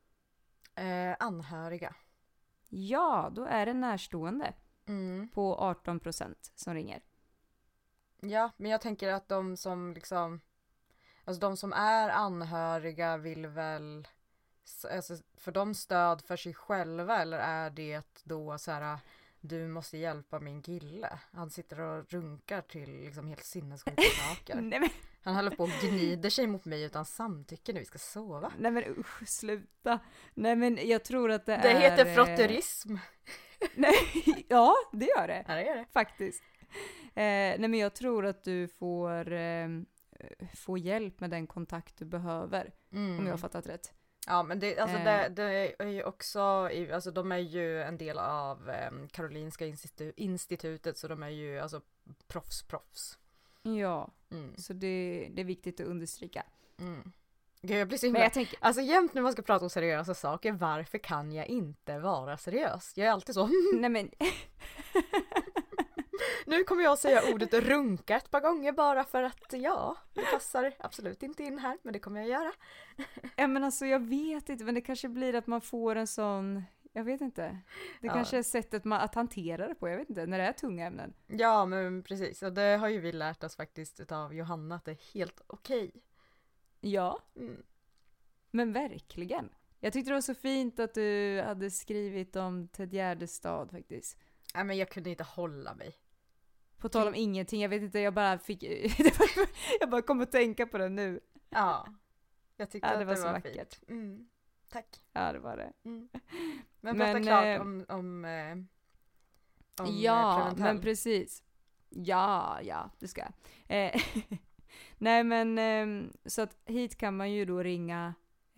Eh, anhöriga. Ja, då är det närstående mm. på arton procent som ringer. Ja, men jag tänker att de som liksom, alltså de som är anhöriga vill väl, alltså för de stöd för sig själva, eller är det då så här, du måste hjälpa min kille. Han sitter och runkar till liksom helt sinnessjuka saker. Nej, men... Han håller på och gnider sig mot mig utan samtycke när vi ska sova. Nej men usch, sluta. Nej men jag tror att det, det är... Det heter frotterism. Nej, ja, det gör det. Ja, det gör det. Faktiskt. Eh, nej men jag tror att du får eh, få hjälp med den kontakt du behöver. Mm. Om jag har fattat rätt. Ja, men det, alltså det, det är ju också, alltså de är ju en del av um, Karolinska institu- institutet, så de är ju alltså proffs, proffs. Ja, mm. så det, det är viktigt att understryka. Mm. Gud, jag blir så himla... Men jag tänker... Alltså jämt när man ska prata om seriösa saker, varför kan jag inte vara seriös? Jag är alltid så. Nej men... Nu Nu kommer jag säga ordet runka ett par gånger bara för att ja, det passar absolut inte in här, men det kommer jag göra. Ja, men alltså jag vet inte, men det kanske blir att man får en sån, jag vet inte. Det Ja. kanske är sättet man, att hantera det på, jag vet inte, när det är tunga ämnen. Ja, men precis. Och det har ju vi lärt oss faktiskt av Johanna att det är helt okej. Ja, Mm. men verkligen. Jag tyckte det var så fint att du hade skrivit om Ted Gärdestad faktiskt. Nej, men jag kunde inte hålla mig. På tal om ingenting, jag vet inte, jag bara fick, jag bara kom att tänka på det nu. Ja, jag tyckte Ja, det att var det så var vackert. fint. Mm. Tack. Ja, det var det. Mm. Men Men, prata klart eh, om, om, eh, om eh, Ja, Preventell. men precis. Ja, ja, det ska jag. Eh, Nej, men eh, så att hit kan man ju då ringa.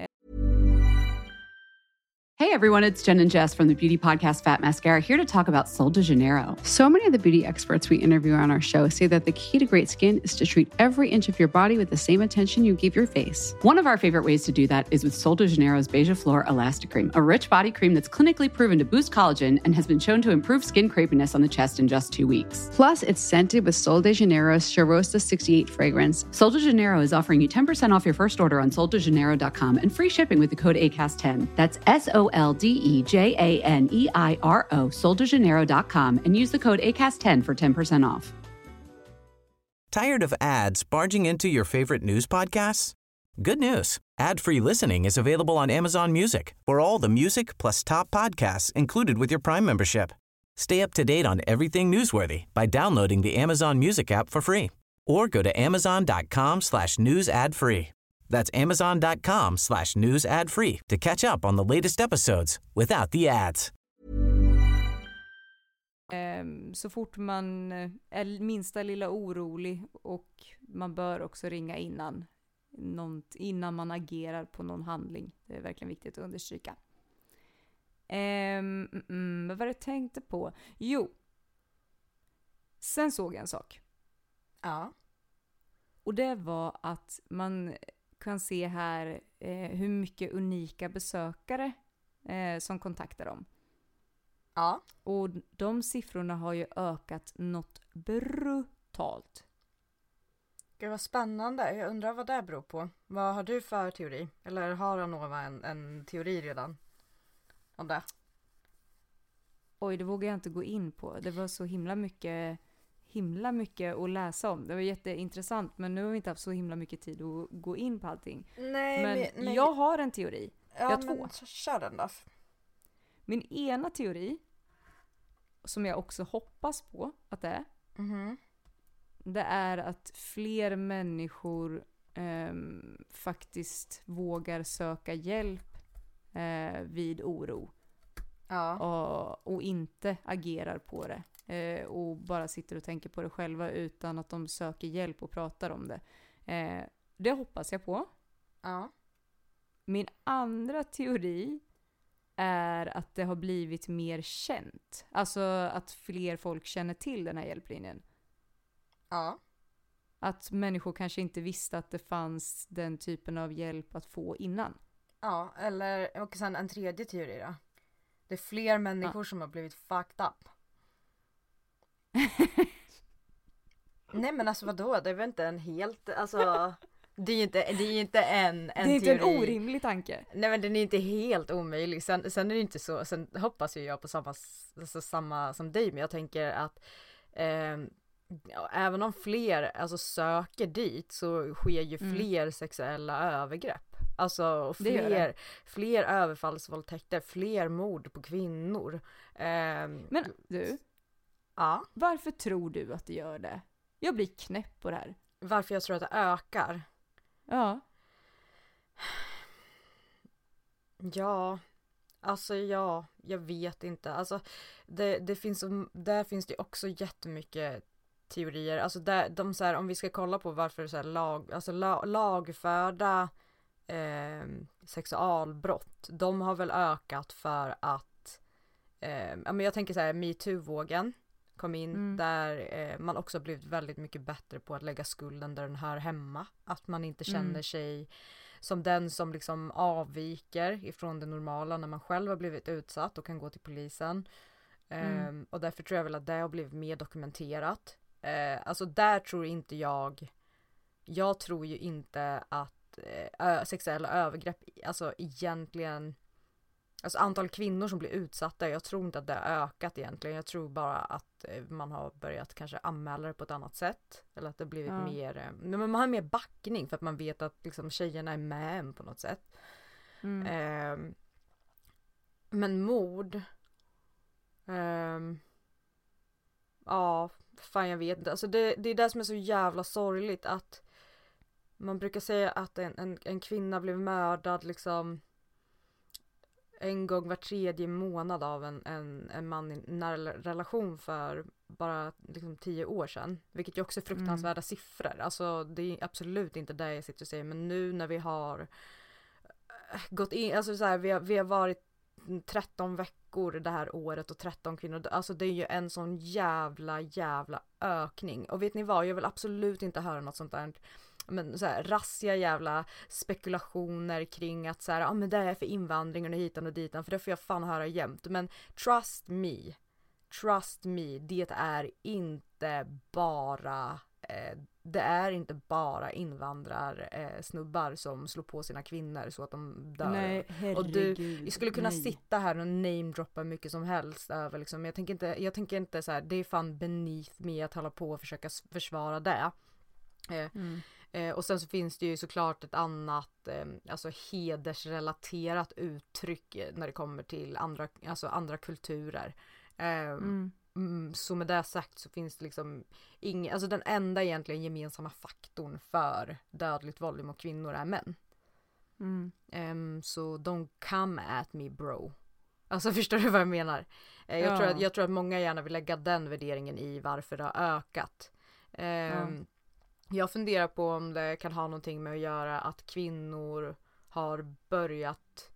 Hey everyone, it's Jen and Jess from the beauty podcast Fat Mascara here to talk about Sol de Janeiro. So many of the beauty experts we interview on our show say that the key to great skin is to treat every inch of your body with the same attention you give your face. One of our favorite ways to do that is with Sol de Janeiro's Beija Flor Elastic Cream, a rich body cream that's clinically proven to boost collagen and has been shown to improve skin crepiness on the chest in just two weeks. Plus, it's scented with Sol de Janeiro's Charosta sixty-eight fragrance. Sol de Janeiro is offering you ten percent off your first order on sol de janeiro dot com and free shipping with the code A C A S T ten. That's S O L D E J A N E I R O, sol de janeiro dot com, and use the code A C A S T ten for ten percent off. Tired of ads barging into your favorite news podcasts? Good news. Ad-free listening is available on Amazon Music for all the music plus top podcasts included with your Prime membership. Stay up to date on everything newsworthy by downloading the Amazon Music app for free or go to amazon.com slash news ad free. That's amazon.com slash news ad free to catch up on the latest episodes without the ads. Eh, så fort man eh, är minsta lilla orolig, och man bör också ringa innan, något, innan man agerar på någon handling. Det är verkligen viktigt att understryka. Eh, mm, mm, vad var det jag tänkte på? Jo, sen såg jag en sak. Ja. Och det var att man kan se här eh, hur mycket unika besökare eh, som kontaktar dem. Ja. Och de siffrorna har ju ökat något brutalt. Gud vad spännande. Jag undrar vad det beror på. Vad har du för teori? Eller har Anova en, en teori redan om det? Oj, det vågar jag inte gå in på. Det var så himla mycket, himla mycket att läsa om. Det var jätteintressant, men nu har vi inte haft så himla mycket tid att gå in på allting. Nej, Men, men jag har en teori. ja, jag har två. men kör den då. Min ena teori, som jag också hoppas på att det är, Mhm. det är att fler människor ehm, faktiskt vågar söka hjälp eh, vid oro. Ja. Och, och inte agerar på det. Eh, och bara sitter och tänker på det själva utan att de söker hjälp och pratar om det. Eh, det hoppas jag på. Ja. Min andra teori är att det har blivit mer känt. Alltså att fler folk känner till den här hjälplinjen. Ja. Att människor kanske inte visste att det fanns den typen av hjälp att få innan. Ja, eller och sen en tredje teori då. Det är fler människor som har blivit fucked up. Nej men alltså vadå? Det är väl inte en helt, alltså det är ju inte, det är ju inte en, en det är inte teori. en orimlig tanke. Nej men den är inte helt omöjlig. Sen, sen är det inte så, sen hoppas ju jag på samma, alltså, samma som dig, men jag tänker att eh, ja, även om fler alltså, söker dit så sker ju fler mm. sexuella övergrepp. Alltså och Det gör fler, det. fler överfallsvåldtäkter, fler mord på kvinnor. Eh, Men du, ja. varför tror du att det gör det? Jag blir knäpp på det här. Varför jag tror att det ökar? Ja. Ja, alltså ja, jag vet inte. Alltså det, det finns så, där finns det också jättemycket teorier. Alltså där, de så här, om vi ska kolla på varför så här, lag, alltså la, lagförda eh, sexualbrott, de har väl ökat för att eh, ja, men jag tänker så här, MeToo-vågen kom in mm. där eh, man också har blivit väldigt mycket bättre på att lägga skulden där den hör hemma. Att man inte känner mm. sig som den som liksom avviker ifrån det normala när man själv har blivit utsatt och kan gå till polisen. Mm. Um, och därför tror jag väl att det har blivit mer dokumenterat. Eh, alltså där tror inte jag, jag tror ju inte att eh, sexuella övergrepp, alltså egentligen, alltså antal kvinnor som blir utsatta, jag tror inte att det har ökat egentligen. Jag tror bara att eh, man har börjat kanske anmäla det på ett annat sätt. Eller att det blivit Ja. mer, eh, men man har mer backning för att man vet att liksom, tjejerna är med en på något sätt. Mm. Eh, men mord, eh, ja, fan jag vet inte. Alltså det, det är det som är så jävla sorgligt, att man brukar säga att en, en, en kvinna blev mördad liksom en gång var tredje månad av en, en, en man i en nära relation för bara liksom tio år sedan. Vilket ju också är fruktansvärda mm. siffror. Alltså det är absolut inte det jag sitter och säger. Men nu när vi har gått in, alltså så här, vi har, vi har varit tretton veckor det här året och tretton kvinnor. Alltså det är ju en sån jävla jävla ökning. Och vet ni vad, jag vill absolut inte höra något sånt där, men så här rassiga jävla spekulationer kring att så här, ja ah, men det är för invandringen och hitan och ditan, för det får jag fan höra jämt. Men trust me, trust me, det är inte bara eh, det är inte bara invandrar eh, snubbar som slår på sina kvinnor så att de dör. Nej, herregud, och du jag skulle kunna nej. sitta här och namedroppa mycket som helst över liksom, jag tänker inte jag tänker inte så här, det är fan beneath me att hålla på och försöka försvara det. Eh, Mm. Eh, och sen så finns det ju såklart ett annat eh, alltså hedersrelaterat uttryck när det kommer till andra, alltså andra kulturer. Eh, Mm. mm, så med det sagt så finns det liksom ingen, alltså den enda egentligen gemensamma faktorn för dödligt våld mot kvinnor är män. Mm. Eh, så don't come at me bro. Alltså förstår du vad jag menar? Eh, jag, Ja. tror att, jag tror att många gärna vill lägga den värderingen i varför det har ökat. Eh, Ja. Jag funderar på om det kan ha någonting med att göra att kvinnor har börjat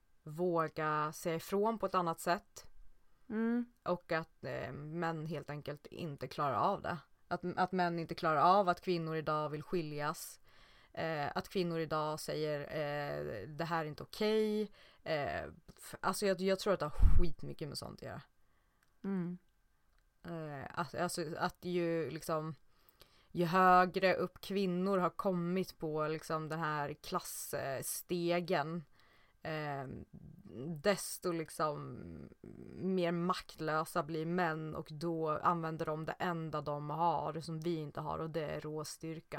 våga säga ifrån på ett annat sätt. Mm. Och att eh, män helt enkelt inte klarar av det. Att, att män inte klarar av att kvinnor idag vill skiljas. Eh, att kvinnor idag säger eh, det här är inte okej. Eh, alltså jag, jag tror att det har skitmycket med sånt att göra. Mm. Eh, att, alltså att ju liksom ju högre upp kvinnor har kommit på liksom den här klassstegen eh, desto liksom mer maktlösa blir män, och då använder de det enda de har som vi inte har, och det är råstyrka.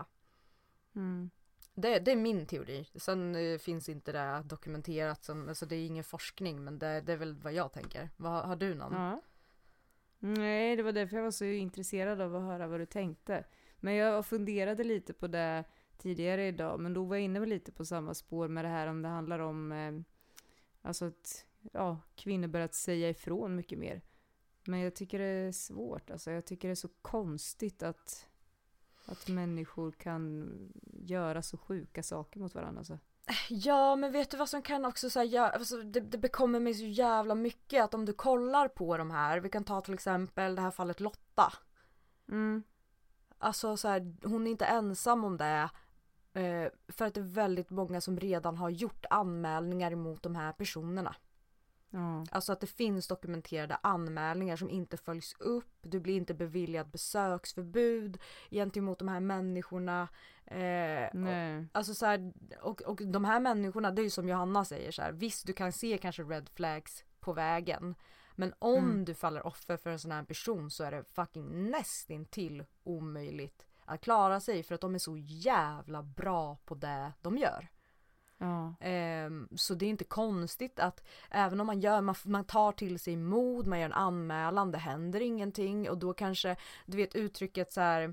Mm. Det, det är min teori. Sen eh, finns inte det dokumenterat som, alltså det är ingen forskning, men det, det är väl vad jag tänker. Vad, har du någon? Ja. Nej, det var därför jag var så intresserad av att höra vad du tänkte. Men jag funderade lite på det tidigare idag, men då var jag inne lite på samma spår med det här, om det handlar om eh, alltså att ja, kvinnor börjat säga ifrån mycket mer. Men jag tycker det är svårt, alltså jag tycker det är så konstigt att att människor kan göra så sjuka saker mot varandra. Alltså. Ja, men vet du vad som kan också säga, alltså, det, det bekommer mig så jävla mycket att om du kollar på de här, vi kan ta till exempel det här fallet Lotta. Mm. Alltså så här, hon är inte ensam om det, eh, för att det är väldigt många som redan har gjort anmälningar emot de här personerna. Ja. Alltså att det finns dokumenterade anmälningar som inte följs upp. Du blir inte beviljad besöksförbud gentemot de här människorna. Eh, Nej. och, alltså så här, och, och de här människorna, det är ju som Johanna säger så här, visst du kan se kanske red flags på vägen. Men om Mm. du faller offer för en sån här person så är det fucking nästintill omöjligt att klara sig, för att de är så jävla bra på det de gör. Ja. Um, så det är inte konstigt att även om man gör, man, man tar till sig mod, man gör en anmälan, det händer ingenting, och då kanske, du vet uttrycket så här,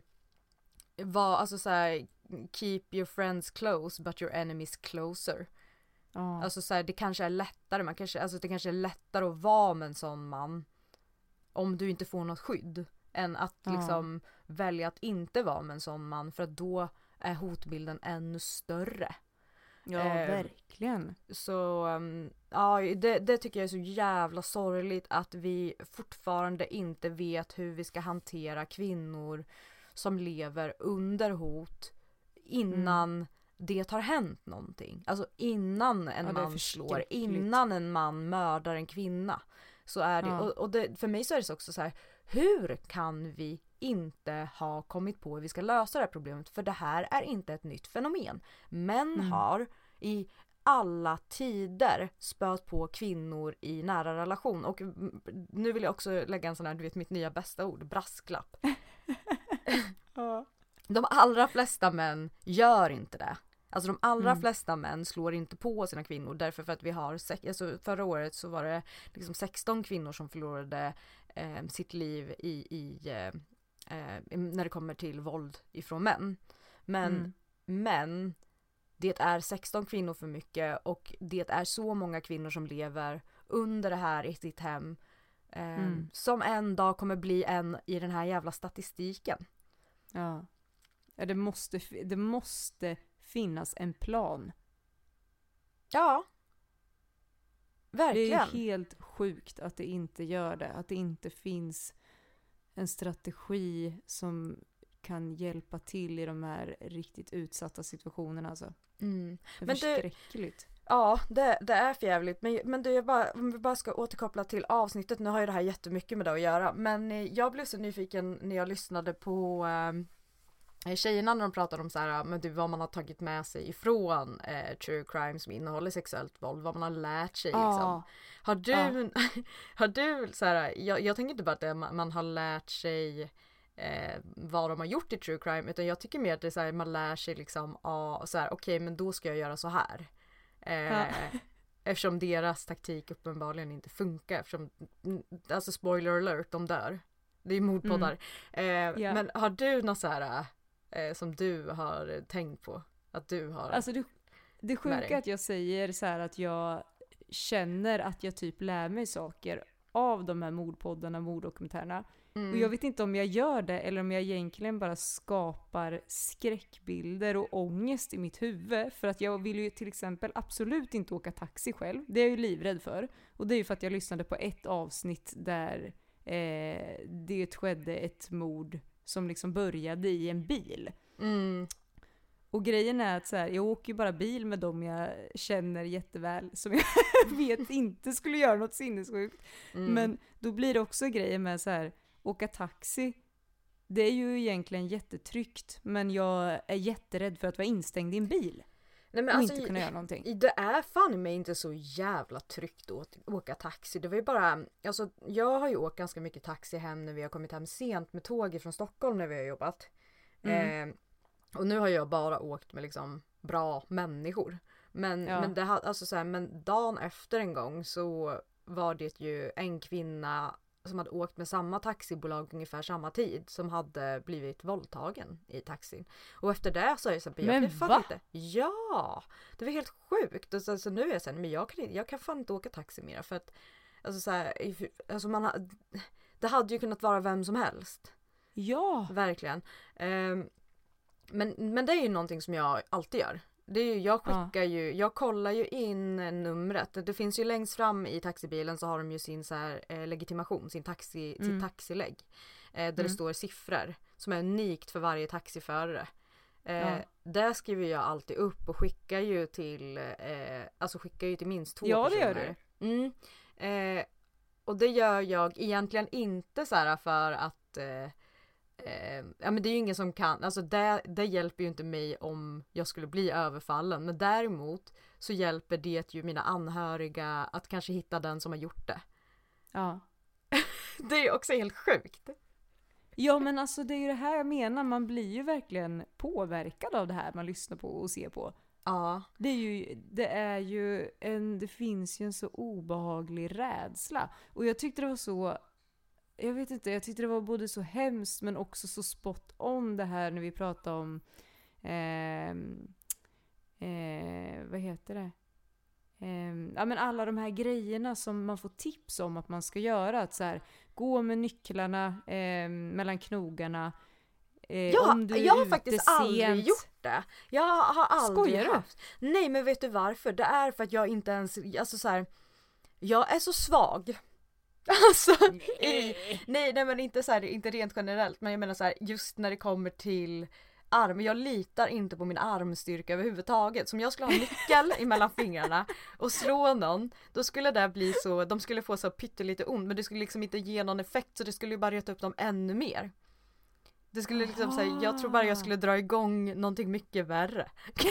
var, alltså så här, keep your friends close but your enemies closer. Ja. Alltså så här, det kanske är lättare, man kanske, alltså det kanske är lättare att vara med en sån man om du inte får något skydd, än att Ja. liksom välja att inte vara med en sån man, för att då är hotbilden ännu större. Ja, Eh, verkligen. Så um, ja, det, det tycker jag är så jävla sorgligt, att vi fortfarande inte vet hur vi ska hantera kvinnor som lever under hot innan mm. det har hänt någonting. Alltså innan en Ja, man slår, innan en man mördar en kvinna. så är det, Ja. och, och det, för mig så är det också så här, hur kan vi inte ha kommit på hur vi ska lösa det här problemet? För det här är inte ett nytt fenomen. Män Mm. har i alla tider spöt på kvinnor i nära relation. Och nu vill jag också lägga en sån här, du vet mitt nya bästa ord, brasklapp. Ja. De allra flesta män gör inte det. Alltså de allra Mm. flesta män slår inte på sina kvinnor därför för att vi har, sex, alltså förra året så var det liksom sexton kvinnor som förlorade eh, sitt liv i, i eh, eh, när det kommer till våld ifrån män. Men Mm. män, det är sexton kvinnor för mycket och det är så många kvinnor som lever under det här i sitt hem eh, Mm. som en dag kommer bli en i den här jävla statistiken. Ja. Ja, det måste, det måste finnas en plan. Ja. Det Verkligen. är helt sjukt att det inte gör det. Att det inte finns en strategi som kan hjälpa till i de här riktigt utsatta situationerna. Alltså. Mm. Det är Men du- förskräckligt. Ja, det, det är för jävligt. Men, men du, jag bara, om vi bara ska återkoppla till avsnittet. Nu har ju det här jättemycket med det att göra. Men eh, jag blev så nyfiken när jag lyssnade på eh, tjejerna när de pratade om så här, men du, vad man har tagit med sig ifrån eh, true crime som innehåller sexuellt våld. Vad man har lärt sig liksom. Ja. Har du, Ja. har du så här, jag, jag tänker inte bara att det, man, man har lärt sig eh, vad de har gjort i true crime, utan jag tycker mer att det är så här, man lär sig liksom, ah, så här, okej, men då ska jag göra så här. Eh, Ja. Eftersom deras taktik uppenbarligen inte funkar, eftersom, alltså spoiler alert, de dör. Det är mordpoddar. Eh, Ja. Men har du något så här eh, som du har tänkt på? Att du har... Alltså det, det med sjuka dig. är att jag säger så här att jag känner att jag typ lär mig saker av de här mordpoddarna, morddokumentärerna. mm. Och jag vet inte om jag gör det eller om jag egentligen bara skapar skräckbilder och ångest i mitt huvud. För att jag vill ju till exempel absolut inte åka taxi själv. Det är jag ju livrädd för. Och det är ju för att jag lyssnade på ett avsnitt där eh, det skedde ett mord som liksom började i en bil. Mm. Och grejen är att så här, jag åker ju bara bil med dem jag känner jätteväl, som jag vet inte skulle göra något sinnessjukt. Mm. Men då blir det också grejen med så här, åka taxi. Det är ju egentligen jättetryggt, men jag är jätterädd för att vara instängd i en bil Nej, men och alltså, inte kunna göra någonting. det är fan i mig inte så jävla tryggt att åka taxi. Det var ju bara, alltså jag har ju åkt ganska mycket taxi hem när vi har kommit hem sent med tåg från Stockholm när vi har jobbat. Mm. Eh, och nu har jag bara åkt med liksom bra människor. Men, Ja. men, det, ha- alltså så här, men dagen efter en gång så var det ju en kvinna som hade åkt med samma taxibolag ungefär samma tid som hade blivit våldtagen i taxin. Och efter det så är jag så här, jag Men kan fan va? inte. Ja, det var helt sjukt. Och så, så nu är jag så här, men jag kan, inte- jag kan fan inte åka taxi mer för att alltså så här, if- alltså man har, det hade ju kunnat vara vem som helst. Ja, Verkligen. Ehm, men, men det är ju någonting som jag alltid gör. Det är ju, jag skickar ju, jag kollar ju in numret. Det finns ju längst fram i taxibilen så har de ju sin så här, eh, legitimation, sin taxi, Mm. sitt taxilägg. Eh, där Mm. det står siffror som är unikt för varje taxiförare. Eh, Ja. Där skriver jag alltid upp och skickar ju till, eh, alltså skickar ju till minst två Ja, det personer. gör Mm. Eh, och det gör jag egentligen inte så här för att eh, Eh, ja men det är ju ingen som kan, alltså det, det hjälper ju inte mig om jag skulle bli överfallen, men däremot så hjälper det ju mina anhöriga att kanske hitta den som har gjort det. ja. Det är ju också helt sjukt. Ja, men alltså det är ju det här jag menar, man blir ju verkligen påverkad av det här man lyssnar på och ser på. Ja. Det är ju, det är ju en, det finns ju en så obehaglig rädsla. Och jag tyckte det var så, jag vet inte, jag tyckte det var både så hemskt men också så spot on det här när vi pratade om, eh, eh, vad heter det? Eh, ja men alla de här grejerna som man får tips om att man ska göra. Att så här, gå med nycklarna eh, mellan knogarna. Eh, Jag, om du är jag har ute faktiskt sent. aldrig gjort det. Jag har aldrig Skojar du? haft. Nej, men vet du varför? Det är för att jag inte ens, alltså så här, jag är så svag. Alltså, i, nej, nej men inte så här, inte rent generellt, men jag menar så här, just när det kommer till arm. Jag litar inte på min armstyrka överhuvudtaget. Så om jag skulle ha nyckel emellan fingrarna och slå någon, då skulle det bli så, de skulle få så pyttelite ont, men det skulle liksom inte ge någon effekt, så det skulle ju bara reta upp dem ännu mer. Det skulle liksom säga, jag tror bara jag skulle dra igång någonting mycket värre.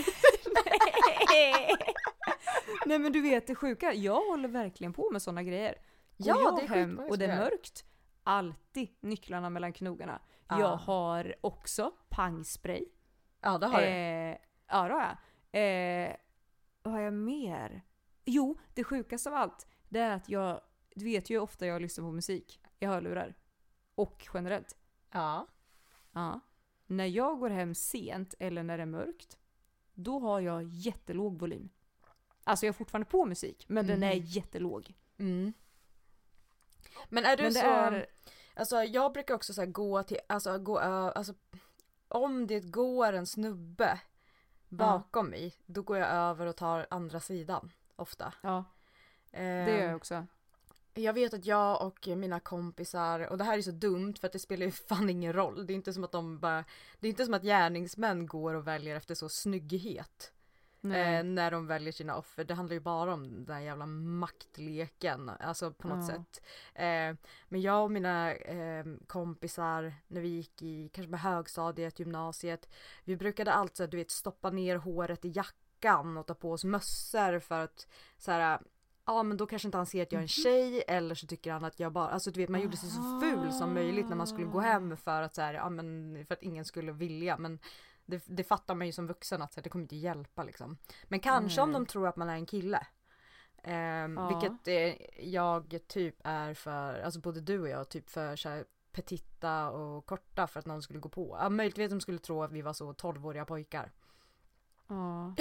Nej. Nej men du vet det sjuka, jag håller verkligen på med såna grejer. Går Ja, jag det är hem skitmånga och det är som gör. mörkt, alltid nycklarna mellan knogarna. Ah. Jag har också pangspray. Ja, det har du. Eh, ja, det har jag. Eh, vad har jag mer? Jo, det sjukaste av allt, det är att jag, du vet ju hur ofta jag lyssnar på musik i hörlurar. Och generellt. Ja. Ja. När jag går hem sent eller när det är mörkt, då har jag jättelåg volym. Alltså jag har fortfarande på musik, men Mm. den är jättelåg. Mm. Men är du Men det så... är... Alltså jag brukar också så här gå till... Alltså gå ö- alltså om det går en snubbe bakom mig, då går jag över och tar andra sidan. Ofta. Ja, Eh, det gör jag också. Jag vet att jag och mina kompisar, och det här är så dumt för att det spelar ju fan ingen roll. Det är inte som att de bara... Det är inte som att gärningsmän går och väljer efter så snygghet. Nej. Eh, när de väljer sina offer. Det handlar ju bara om den där jävla maktleken. Alltså på något Ja. sätt. Eh, men jag och mina eh, kompisar, när vi gick i kanske med högstadiet, gymnasiet. Vi brukade alltså, du vet, stoppa ner håret i jackan och ta på oss mössor för att så här. Ja, men då kanske inte han ser att jag är en tjej, eller så tycker han att jag bara, alltså du vet, man gjorde sig så ful som möjligt när man skulle gå hem för att så här, ja men för att ingen skulle vilja, men det, det fattar man ju som vuxen att så här, det kommer inte hjälpa liksom. Men kanske Nej. om de tror att man är en kille. Ehm, Ja. Vilket eh, jag typ är för, alltså både du och jag typ för så här petita och korta för att någon skulle gå på. Ja, möjligtvis de skulle tro att vi var så tolvåriga pojkar. Ja.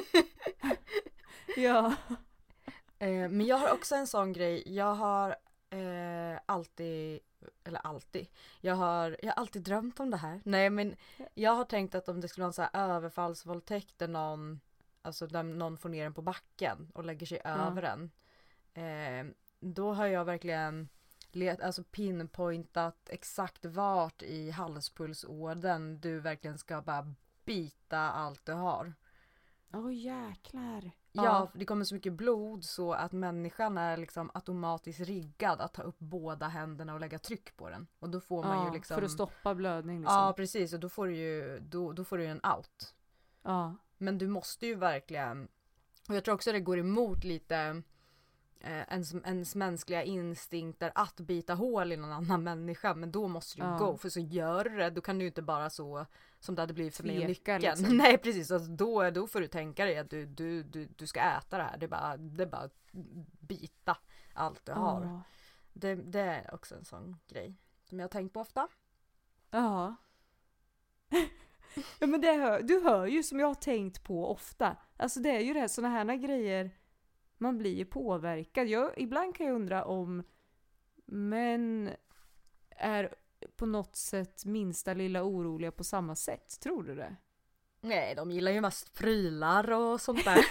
Ja. Eh, men jag har också en sån grej. Jag har eh, alltid, eller alltid, jag har, jag har alltid drömt om det här. Nej, men jag har tänkt att om det skulle vara en så här överfallsvåldtäkt där någon, alltså där någon får ner den på backen och lägger sig Ja. över den. Eh, då har jag verkligen let, alltså pinpointat exakt vart i halspulsådern du verkligen ska bara bita allt du har. Åh oh, jäklar. Ja, det kommer så mycket blod så att människan är liksom automatiskt riggad att ta upp båda händerna och lägga tryck på den. Och då får man Ja, ju liksom... för att stoppa blödning liksom. Ja, precis. Och då får du ju då, då får du ju en out. Ja. Men du måste ju verkligen... Och jag tror också det går emot lite eh, ens, ens mänskliga instinkter att bita hål i någon annan människa. Men då måste du Ja. gå. För så gör du det, då kan du ju inte bara så... Som det hade blivit för mig och Tveka, nyckeln. liksom. Nej, precis. Alltså då, då får du tänka dig att du, du, du, du ska äta det här. Det är bara, det är bara bita allt du har. Ja. Det, det är också en sån grej som jag har tänkt på ofta. Ja. Ja men det hör, du hör ju som jag har tänkt på ofta. Alltså det är ju det, såna här grejer, man blir ju påverkad. Jag, ibland kan jag undra om män är på något sätt minsta lilla oroliga på samma sätt. Tror du det? Nej, de gillar ju mest prylar och sånt där.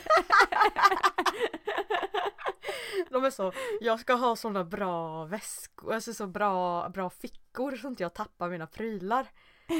De är så, jag ska ha såna bra väskor, alltså så bra, bra fickor så att jag tappar mina prylar.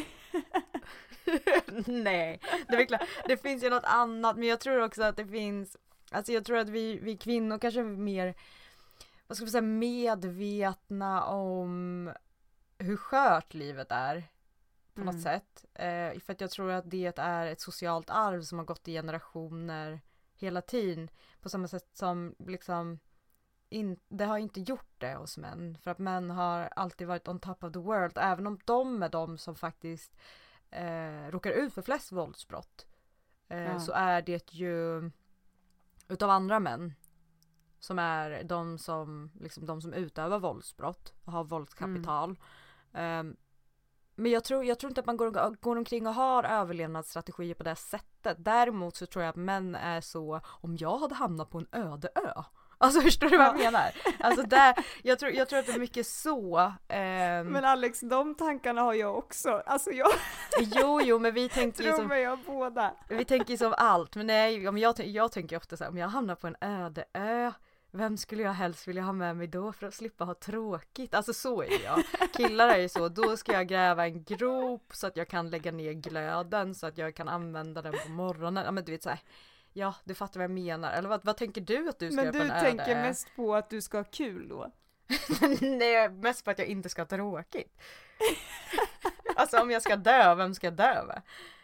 Nej, det är klart. Det finns ju något annat, men jag tror också att det finns, alltså jag tror att vi, vi kvinnor kanske är mer, vad ska man säga, medvetna om hur skört livet är på Mm. något sätt. Eh, för att jag tror att det är ett socialt arv som har gått i generationer hela tiden. På samma sätt som liksom in, det har inte gjort det hos män. För att män har alltid varit on top of the world. Även om de är de som faktiskt eh, råkar ut för flest våldsbrott. Eh, Ja. Så är det ju utav andra män som är de som, liksom, de som utövar våldsbrott och har våldskapital. Mm. Um, men jag tror, jag tror inte att man går, går omkring och har överlevnadsstrategier på det sättet. Däremot så tror jag att män är så, om jag hade hamnat på en öde ö. Alltså förstår du vad jag menar? Alltså där, jag, tror, jag tror att det är mycket så. Um, Men Alex, de tankarna har jag också. Alltså jag jo, jo, men vi tänker ju tror som, mig jag båda. vi tänker ju som allt. Men nej, om jag, jag tänker ofta så här, om jag hamnar på en öde ö, vem skulle jag helst vilja ha med mig då för att slippa ha tråkigt? Alltså så är jag. Killar är ju så, då ska jag gräva en grop så att jag kan lägga ner glöden så att jag kan använda den på morgonen. Ja men du vet så här, ja du fattar vad jag menar. Eller vad, vad tänker du att du ska men göra på en du öde? tänker mest på att du ska ha kul då? Nej, mest på att jag inte ska ha tråkigt. Alltså om jag ska dö, vem ska jag dö med?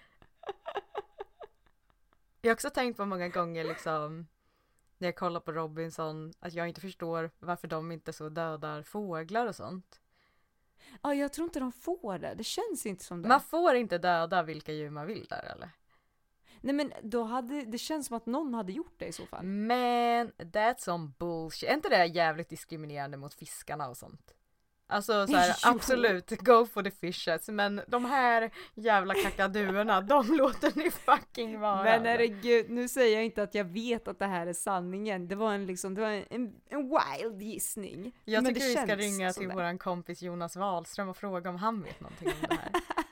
Jag har också tänkt på många gånger liksom när jag kollar på Robinson att jag inte förstår varför de inte så dödar fåglar och sånt. Ja, jag tror inte de får det. Det känns inte som det. Man får inte döda vilka djur man vill där, eller? Nej, men då hade, det känns som att någon hade gjort det i så fall. Men that's some bullshit. Är inte det jävligt diskriminerande mot fiskarna och sånt? Alltså så här, absolut, go for the fishes. Men de här jävla kakaduerna, de låter ni fucking vara. Men herregud, nu säger jag inte att jag vet att det här är sanningen. Det var en, liksom, det var en, en, en wild gissning. Jag men tycker det vi ska ringa till det. våran kompis Jonas Wahlström och fråga om han vet någonting om det här.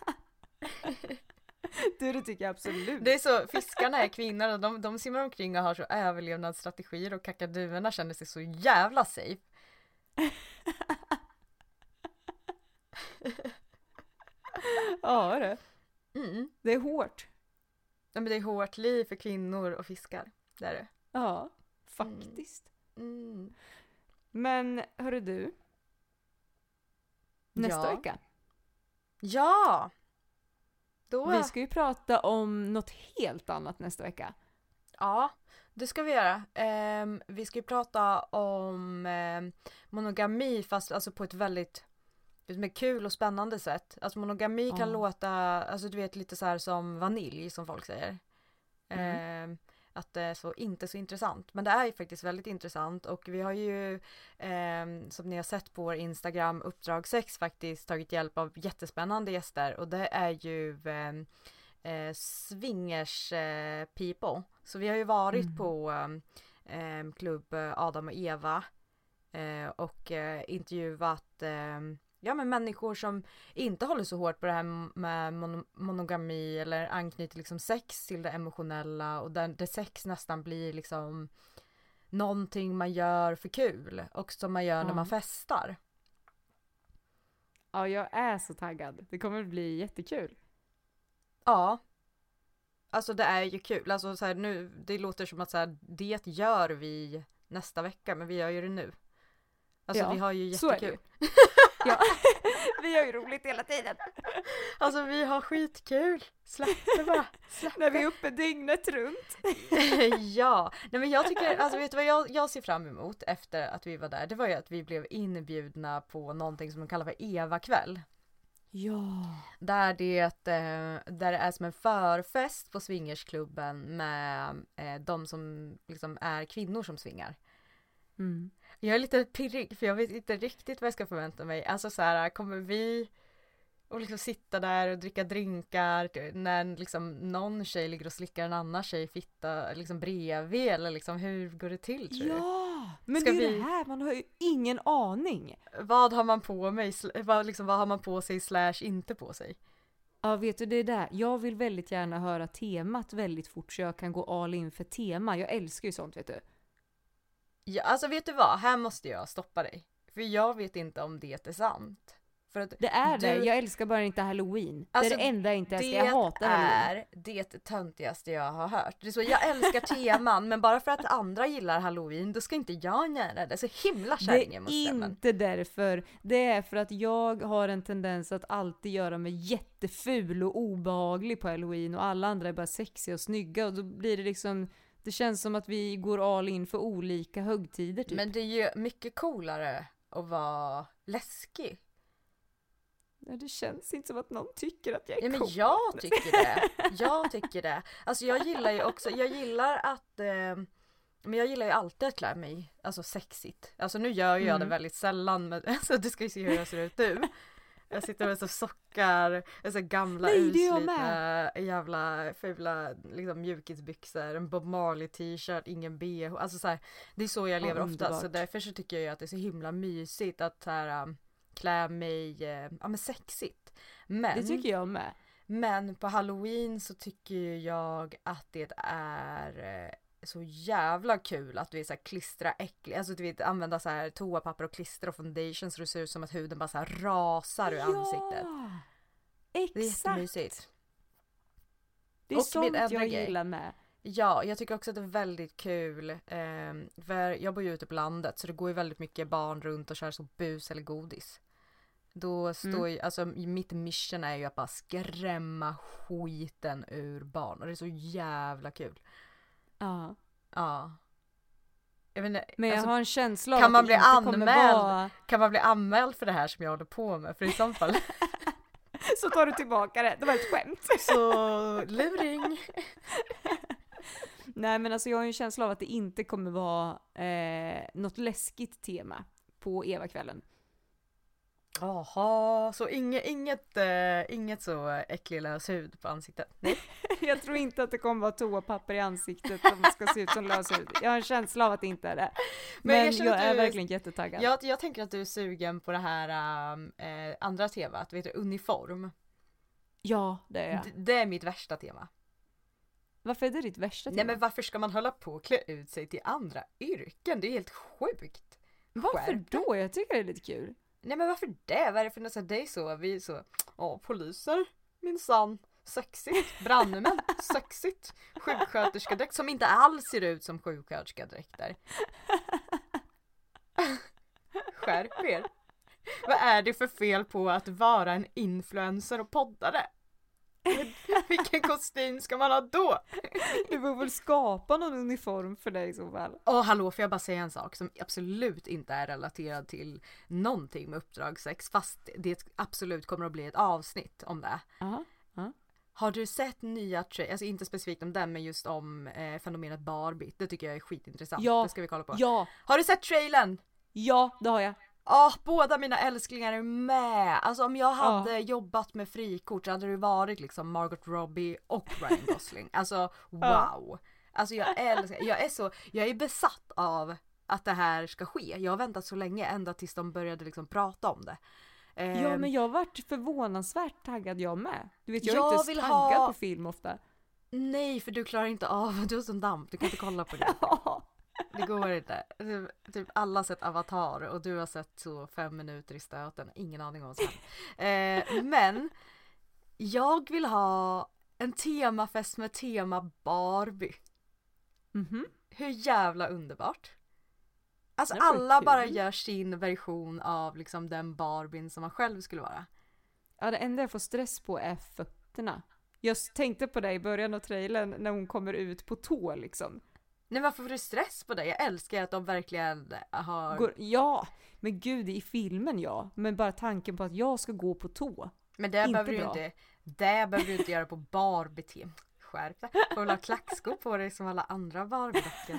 Du, det tycker jag absolut. Det är så, fiskarna är kvinnor och de, de simmar omkring och har så överlevnadsstrategier och kakaduerna känner sig så jävla safe. Ja det. Mm. Det är hårt. Ja, men det är hårt liv för kvinnor och fiskar. Det är det. Ja, faktiskt. Mm. Mm. Men hörru du. Nästa Ja. vecka. Ja! Då... Vi ska ju prata om något helt annat nästa vecka. Ja, det ska vi göra. Um, vi ska ju prata om um, monogami fast alltså på ett väldigt med kul och spännande sätt. Alltså monogami kan Ja. låta, alltså du vet lite så här som vanilj som folk säger. Mm. Um, att det är så inte så intressant. Men det är ju faktiskt väldigt intressant och vi har ju um, som ni har sett på vår Instagram Uppdrag sex faktiskt tagit hjälp av jättespännande gäster och det är ju um, Eh, swingers eh, people. Så vi har ju varit Mm. på eh, klubb Adam och Eva eh, och eh, intervjuat eh, ja, men människor som inte håller så hårt på det här med mon- monogami eller anknyter liksom sex till det emotionella och där det sex nästan blir liksom någonting man gör för kul och som man gör Ja. när man festar. Ja, jag är så taggad. Det kommer bli jättekul. Ja. Alltså det är ju kul. Alltså så här, nu, det låter som att så här, det gör vi nästa vecka, men vi gör ju det nu. Alltså Ja, vi har ju så är det jättekul. Ja, vi har ju roligt hela tiden. Alltså vi har skitkul. Släpp det bara. Släpp När vi det. är uppe dygnet runt. Ja. Nej men jag tycker, alltså vet du vad jag, jag ser fram emot efter att vi var där? Det var ju att vi blev inbjudna på någonting som man kallar för Eva-kväll. Ja. Där det, eh, där det är som en förfest på swingersklubben med eh, de som liksom är kvinnor som swingar. Mm. Jag är lite pirrig för jag vet inte riktigt vad jag ska förvänta mig. Alltså så här, kommer vi och liksom sitta där och dricka drinkar när liksom någon tjej ligger och slickar en annan tjej fitta liksom bredvid eller liksom hur går det till tror du? Ja, men Ska det är vi- det här, man har ju ingen aning. Vad har man på mig? Sl- Vad, liksom, vad har man på sig slash inte på sig? Ja, vet du, det är där. Jag vill väldigt gärna höra temat väldigt fort så jag kan gå all in för tema. Jag älskar ju sånt, vet du. Ja, alltså vet du vad? Här måste jag stoppa dig. För jag vet inte om det är sant. För att Det är det. du- Jag älskar bara inte Halloween. Alltså, det är det enda jag inte älskar. Det Jag hatar Halloween. är det töntigaste jag har hört. Det är så, jag älskar teman, men bara för att andra gillar Halloween, då ska inte jag göra det. Så himla Det kärring är mot stämmen. inte därför. Det är för att jag har en tendens att alltid göra mig jätteful och obehaglig på Halloween och alla andra är bara sexiga och snygga och då blir det liksom, det känns som att vi går all in för olika högtider typ. Men det är ju mycket coolare att vara läskig. Ja, det känns inte som att någon tycker att jag är Ja, men cool. jag tycker det. Jag tycker det. Alltså jag gillar ju också, jag gillar att eh, men jag gillar ju alltid att klä mig alltså sexigt. Alltså nu gör ju jag det Mm. väldigt sällan, men alltså du ska ju se hur jag ser ut nu. Jag sitter med så sockar, så gamla Nej, det är jag utslitna jävla fula liksom mjukisbyxor, en Bob Marley t-shirt, ingen B H. Alltså så här, det är så jag Ja, lever ofta, underbart. så därför så tycker jag ju att det är så himla mysigt att så här um, klä mig uh, ja men sexigt. Men Det tycker jag med. men på Halloween så tycker ju jag att det är så jävla kul att du vet så här klistra äckligt, alltså du vet använda så här toapapper och klister och foundation så det ser ut som att huden bara så här rasar ur ja, ansiktet. Exakt. Det är jättemysigt. Det är Och sånt min jag andra grej. gillar med. Ja, jag tycker också att det är väldigt kul. Eh, för jag bor ju ute på landet så det går ju väldigt mycket barn runt och kör så bus eller godis. Då står Mm. ju, alltså mitt mission är ju att bara skrämma skiten ur barn. Och det är så jävla kul. Ja. Ja. Jag vet inte, Men jag alltså, har en känsla av kan att man det bli inte kommer anmäld? vara... Kan man bli anmäld för det här som jag håller på med? För i så fall Så tar du tillbaka det. Det var ett skämt. så luring. Nej men alltså jag har ju en känsla av att det inte kommer vara eh, något läskigt tema på Eva-kvällen. Jaha, så inget, inget, äh, inget så äcklig löshud på ansiktet? Nej. Jag tror inte att det kommer vara toapapper i ansiktet som ska se ut som löshud. Jag har en känsla av att det inte är det. Men, Men jag jag, känner att är du- verkligen jättetaggad. Jag, jag tänker att du är sugen på det här äh, andra temat, vet du, uniform. Ja, det är jag. D- det är mitt värsta tema. Varför är det ditt värsta tema? Nej men varför ska man hålla på och klä ut sig till andra yrken? Det är helt sjukt. Varför Skärp dig. då? Jag tycker det är lite kul. Nej men varför det? Vad är det för något så här, det är så, vi är så, ja poliser, minsann, sexigt, brandmän, sexigt, sjuksköterskedräkt som inte alls ser ut som sjuksköterskedräkter. Skärp er. Vad är det för fel på att vara en influencer och poddare? Vilken kostym ska man ha då? Du får väl skapa någon uniform för dig i så fall. Åh hallå, får jag bara säga en sak som absolut inte är relaterad till någonting med Uppdrag sex, fast det absolut kommer att bli ett avsnitt om det. Aha. Har du sett nya tra- alltså inte specifikt om den men just om eh, fenomenet Barbie? Det tycker jag är skitintressant. Ja. Det ska vi kolla på. Ja, Har du sett trailern? ja, det har jag. Åh, båda mina älsklingar är med. Alltså om jag hade jobbat med frikort så hade det varit liksom Margot Robbie och Ryan Gosling. Alltså wow. Alltså jag älskar, jag är så, jag är besatt av att det här ska ske. Jag har väntat så länge ända tills de började liksom prata om det. Ja, Ehm, men jag har varit förvånansvärt taggad jag med. Du vet, jag är Jag inte vill så taggad ha- på film ofta. Nej, för du klarar inte av, du har sån damp, du kan inte kolla på det. Det går inte. Typ, typ alla har sett Avatar och du har sett så fem minuter i stöten. Ingen aning om vad som händer. eh, Men jag vill ha en temafest med tema Barbie. Mhm. Hur jävla underbart. Alltså Det var alla kul. bara gör sin version av liksom den Barbien som man själv skulle vara. Ja, det enda jag får stress på är fötterna. Jag s- tänkte på det i början av trailern när hon kommer ut på tå liksom. Nej, varför får du stress på det? Jag älskar att de verkligen har... Går, ja, men gud i filmen ja. Men bara tanken på att jag ska gå på tå. Men det Inte behöver du bra. inte, det behöver du inte göra på Barbie. Skärp dig. Får väl ha klackskor på dig som alla andra Barbie-dockor.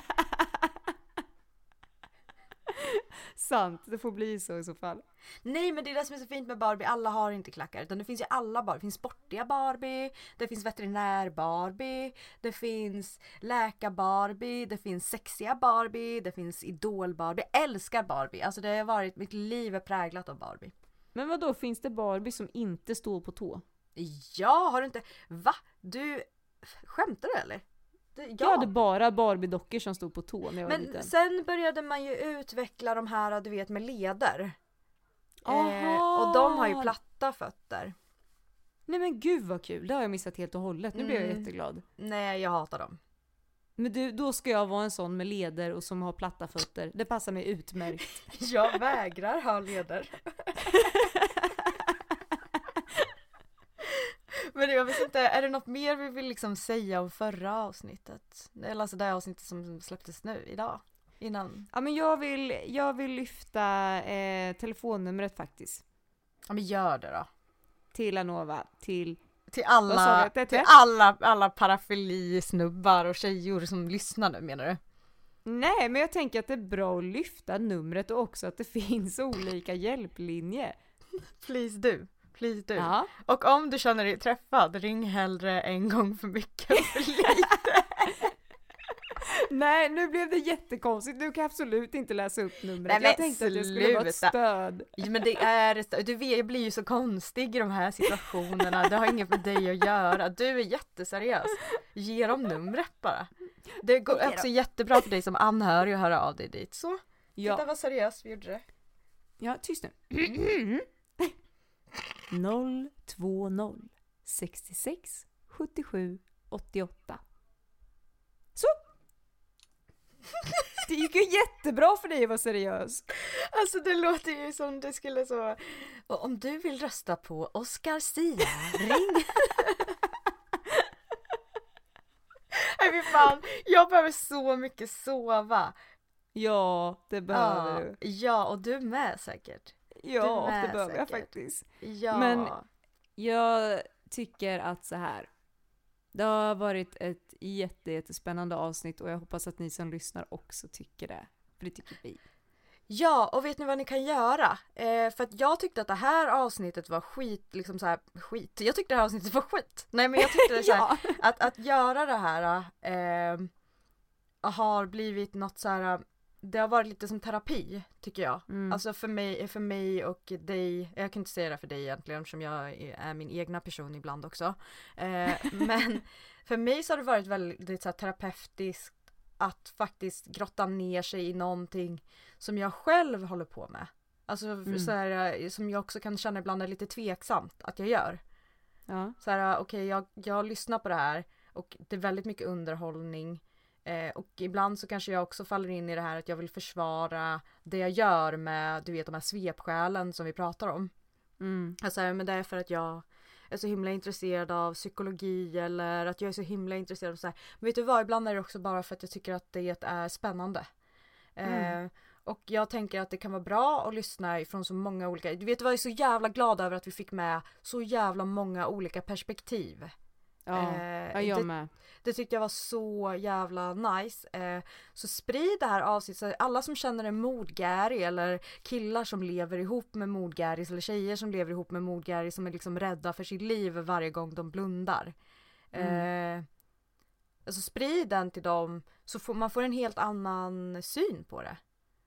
Sant, det får bli så i så fall. Nej, men det är det som är så fint med Barbie. Alla har inte klackar. Utan det finns ju alla Barbie. Det finns sportiga Barbie. Det finns veterinär Barbie. Det finns läkar Barbie. Det finns sexiga Barbie. Det finns idol Barbie. Jag älskar Barbie. Alltså det har varit, mitt liv är präglat av Barbie. Men vad då finns det Barbie som inte står på tå? Ja, har du inte... Va? Du... Skämtar du eller? Det, Jag hade bara Barbie-dockor som stod på tå när jag var Men liten. sen började man ju utveckla de här, du vet, med leder. Eh, Aha! och de har ju platta fötter. Nej men gud vad kul, det har jag missat helt och hållet. Nu blir jag Mm. jätteglad. Nej, jag hatar dem. Men du, då ska jag vara en sån med leder och som har platta fötter. Det passar mig utmärkt. Jag vägrar ha leder. Men jag vet inte, är det något mer vi vill liksom säga om förra avsnittet? Eller alltså det avsnittet som släpptes nu, idag? Innan? Ja men jag vill, jag vill lyfta eh, telefonnumret faktiskt. Ja, men gör det då. Till Anova, till... Till Vad sa alla, du? Det- till det? alla, alla parafili-snubbar och tjejor som lyssnar nu, menar du? Nej men jag tänker att det är bra att lyfta numret och också att det finns olika hjälplinjer. Please do. Please do. Ja. Och om du känner dig träffad, ring hellre en gång för mycket än för lite. Nej, nu blev det jättekonstigt. Du kan absolut inte läsa upp numret. Nej, men jag tänkte att det skulle vara ett sluta. stöd. Ja, men det är, du vet, jag blir ju så konstig i de här situationerna. Det har inget med dig att göra. Du är jätteseriös. Ge dem numret bara. Det går Okej också då. jättebra för dig som anhörig att höra av dig dit. Så, Ja. titta vad seriöst vi gjorde det. Ja, tyst nu. noll två noll sextiosex sjuttiosju åttioåtta. Så! Det gick ju jättebra för dig att vara seriös. Alltså det låter ju som det skulle så... Och om du vill rösta på Oscar Sia, ring... Nej fy fan, jag behöver så mycket sova. Ja, det behöver Ja, du. ja, och du med säkert. Ja, med det behöver jag säkert. faktiskt. Ja. Men jag tycker att så här. Det har varit ett jätte, jättespännande avsnitt och jag hoppas att ni som lyssnar också tycker det. För det tycker vi. Ja, och vet ni vad ni kan göra? Eh, för att jag tyckte att det här avsnittet var skit, liksom så här, skit. Jag tyckte det här avsnittet var skit. Nej men jag tyckte det så här, Ja. att, att göra det här eh, har blivit något så här. Det har varit lite som terapi, tycker jag. Mm. Alltså för mig, för mig och dig, jag kan inte säga det för dig egentligen, som jag är min egna person ibland också. Eh, men för mig så har det varit väldigt så här, terapeutiskt att faktiskt grotta ner sig i någonting som jag själv håller på med. Alltså Mm. så här, som jag också kan känna ibland är lite tveksamt att jag gör. Ja. Så här, okej, okay, jag, jag lyssnar på det här och det är väldigt mycket underhållning. Eh, och ibland så kanske jag också faller in i det här att jag vill försvara det jag gör med, du vet, de här svepskälen som vi pratar om. Mm. Alltså, men det är för att jag är så himla intresserad av psykologi eller att jag är så himla intresserad av så här. Men vet du vad, ibland är det också bara för att jag tycker att det är spännande. Mm. Eh, och jag tänker att det kan vara bra att lyssna ifrån så många olika, du vet vad, jag är så jävla glad över att vi fick med så jävla många olika perspektiv. Ja, Eh, ja, jag det, med. Det tyckte jag var så jävla nice. Eh, så sprid det här avsnittet. Så alla som känner en modgäri eller killar som lever ihop med modgäris eller tjejer som lever ihop med modgäri som är liksom rädda för sitt liv varje gång de blundar. Mm. Eh, alltså sprid den till dem så får man får en helt annan syn på det.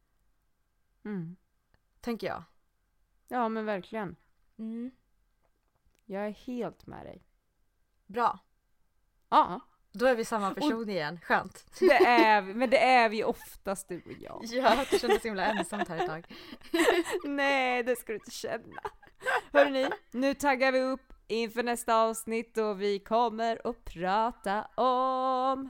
Mm. Tänker jag. Ja, men verkligen. Mm. Jag är helt med dig. Bra. Ja, Då är vi samma person igen. Skönt. det är vi, men det är vi oftast du och jag. Ja, det kändes så himla ensamt här ett tag. Nej, det ska du inte känna. Hörrni, nu taggar vi upp inför nästa avsnitt och vi kommer att prata om...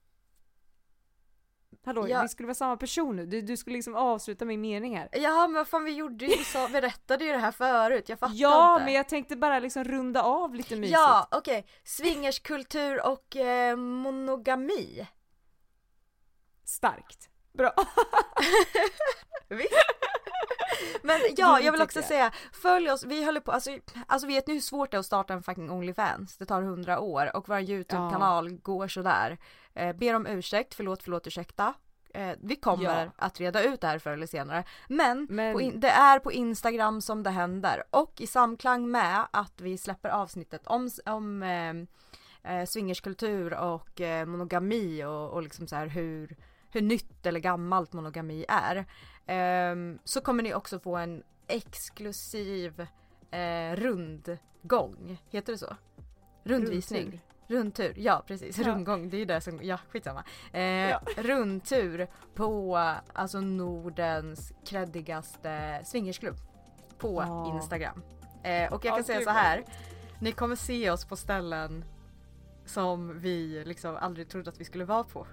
Hallå, Ja. vi skulle vara samma person nu. Du, du skulle liksom avsluta min mening här. Ja, men vad fan vi gjorde ju, så berättade ju det här förut. Jag fattar Ja, inte. men jag tänkte bara liksom runda av lite mysigt. Ja, okej. Okay. Swingerskultur och eh, monogami. Starkt. Bra. Visst? Men ja, jag vill också jag. säga, följ oss, vi håller på, alltså, alltså vet ni hur svårt det är att starta en fucking OnlyFans? Det tar hundra år och vår YouTube-kanal ja. går sådär. Eh, ber om ursäkt, förlåt, förlåt, ursäkta. Eh, vi kommer ja. att reda ut det här förr eller senare. Men, Men... På in, det är på Instagram som det händer. Och i samklang med att vi släpper avsnittet om, om eh, eh, swingerskultur och eh, monogami och, och liksom så här hur, hur nytt eller gammalt monogami är. Um, så kommer ni också få en exklusiv eh, rundgång. Heter det så? Rundvisning. Rundtur. Rundtur, ja precis. Ja. Rundgång, det är ju det som, ja skitsamma. Eh, Ja. Rundtur på alltså Nordens creddigaste swingersklubb på Ja. Instagram. Eh, och jag Ja, kan säga gud så vad här. roligt. Ni kommer se oss på ställen som vi liksom aldrig trodde att vi skulle vara på.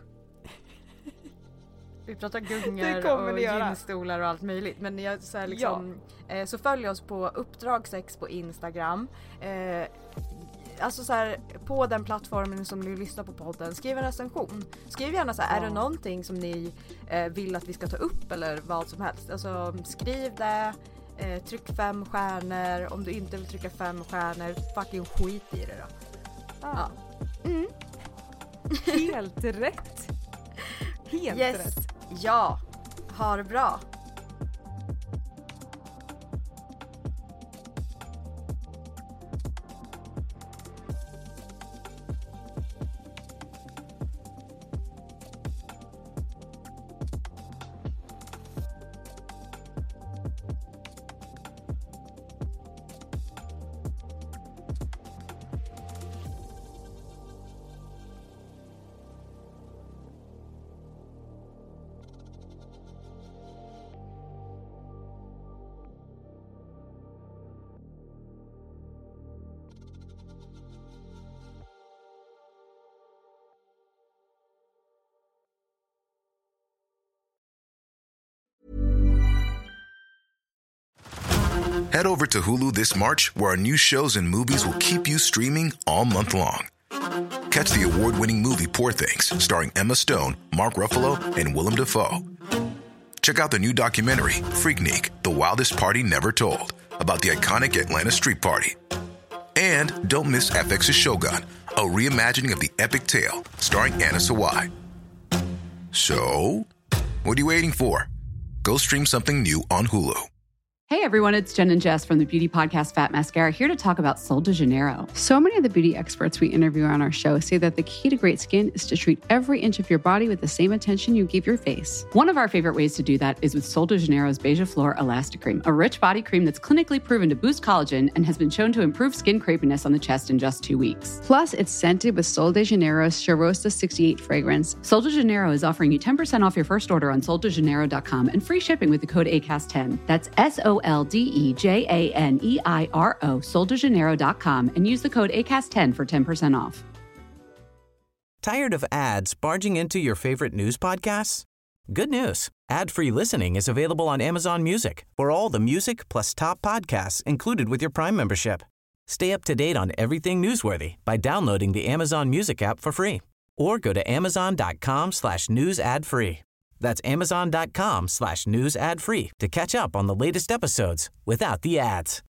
Vi pratar Det gungor kommer och ni göra. gynstolar och allt möjligt. Men jag, så, här, liksom, eh, så följ oss på Uppdrag sex på Instagram. Eh, alltså så här, på den plattformen som ni lyssnar på podden. Skriv en recension. Skriv gärna så här, Ja. är det någonting som ni eh, vill att vi ska ta upp eller vad som helst. Alltså skriv det. Eh, tryck fem stjärnor. Om du inte vill trycka fem stjärnor, fucking skit i det då. Ja. Mm. Helt rätt. Helt Yes. rätt. Ja, ha det bra. Head over to Hulu this March, where our new shows and movies will keep you streaming all month long. Catch the award-winning movie Poor Things, starring Emma Stone, Mark Ruffalo, and Willem Dafoe. Check out the new documentary, Freaknik, The Wildest Party Never Told, about the iconic Atlanta Street Party. And don't miss F X's Shogun, a reimagining of the epic tale, starring Anna Sawai. So, what are you waiting for? Go stream something new on Hulu. Hey everyone, it's Jen and Jess from the beauty podcast Fat Mascara here to talk about Sol de Janeiro. So many of the beauty experts we interview on our show say that the key to great skin is to treat every inch of your body with the same attention you give your face. One of our favorite ways to do that is with Sol de Janeiro's Beija Flor Elastic Cream, a rich body cream that's clinically proven to boost collagen and has been shown to improve skin crepiness on the chest in just two weeks. Plus, it's scented with Sol de Janeiro's Charosta sixty-eight fragrance. Sol de Janeiro is offering you ten percent off your first order on sol de janeiro dot com and free shipping with the code A C A S T ten. That's S O L D E J A N E I R O, sol de janeiro dot com, and use the code A C A S T ten for ten percent off. Tired of ads barging into your favorite news podcasts? Good news. Ad-free listening is available on Amazon Music for all the music plus top podcasts included with your Prime membership. Stay up to date on everything newsworthy by downloading the Amazon Music app for free or go to amazon.com slash news ad free. That's amazon.com slash news ad free to catch up on the latest episodes without the ads.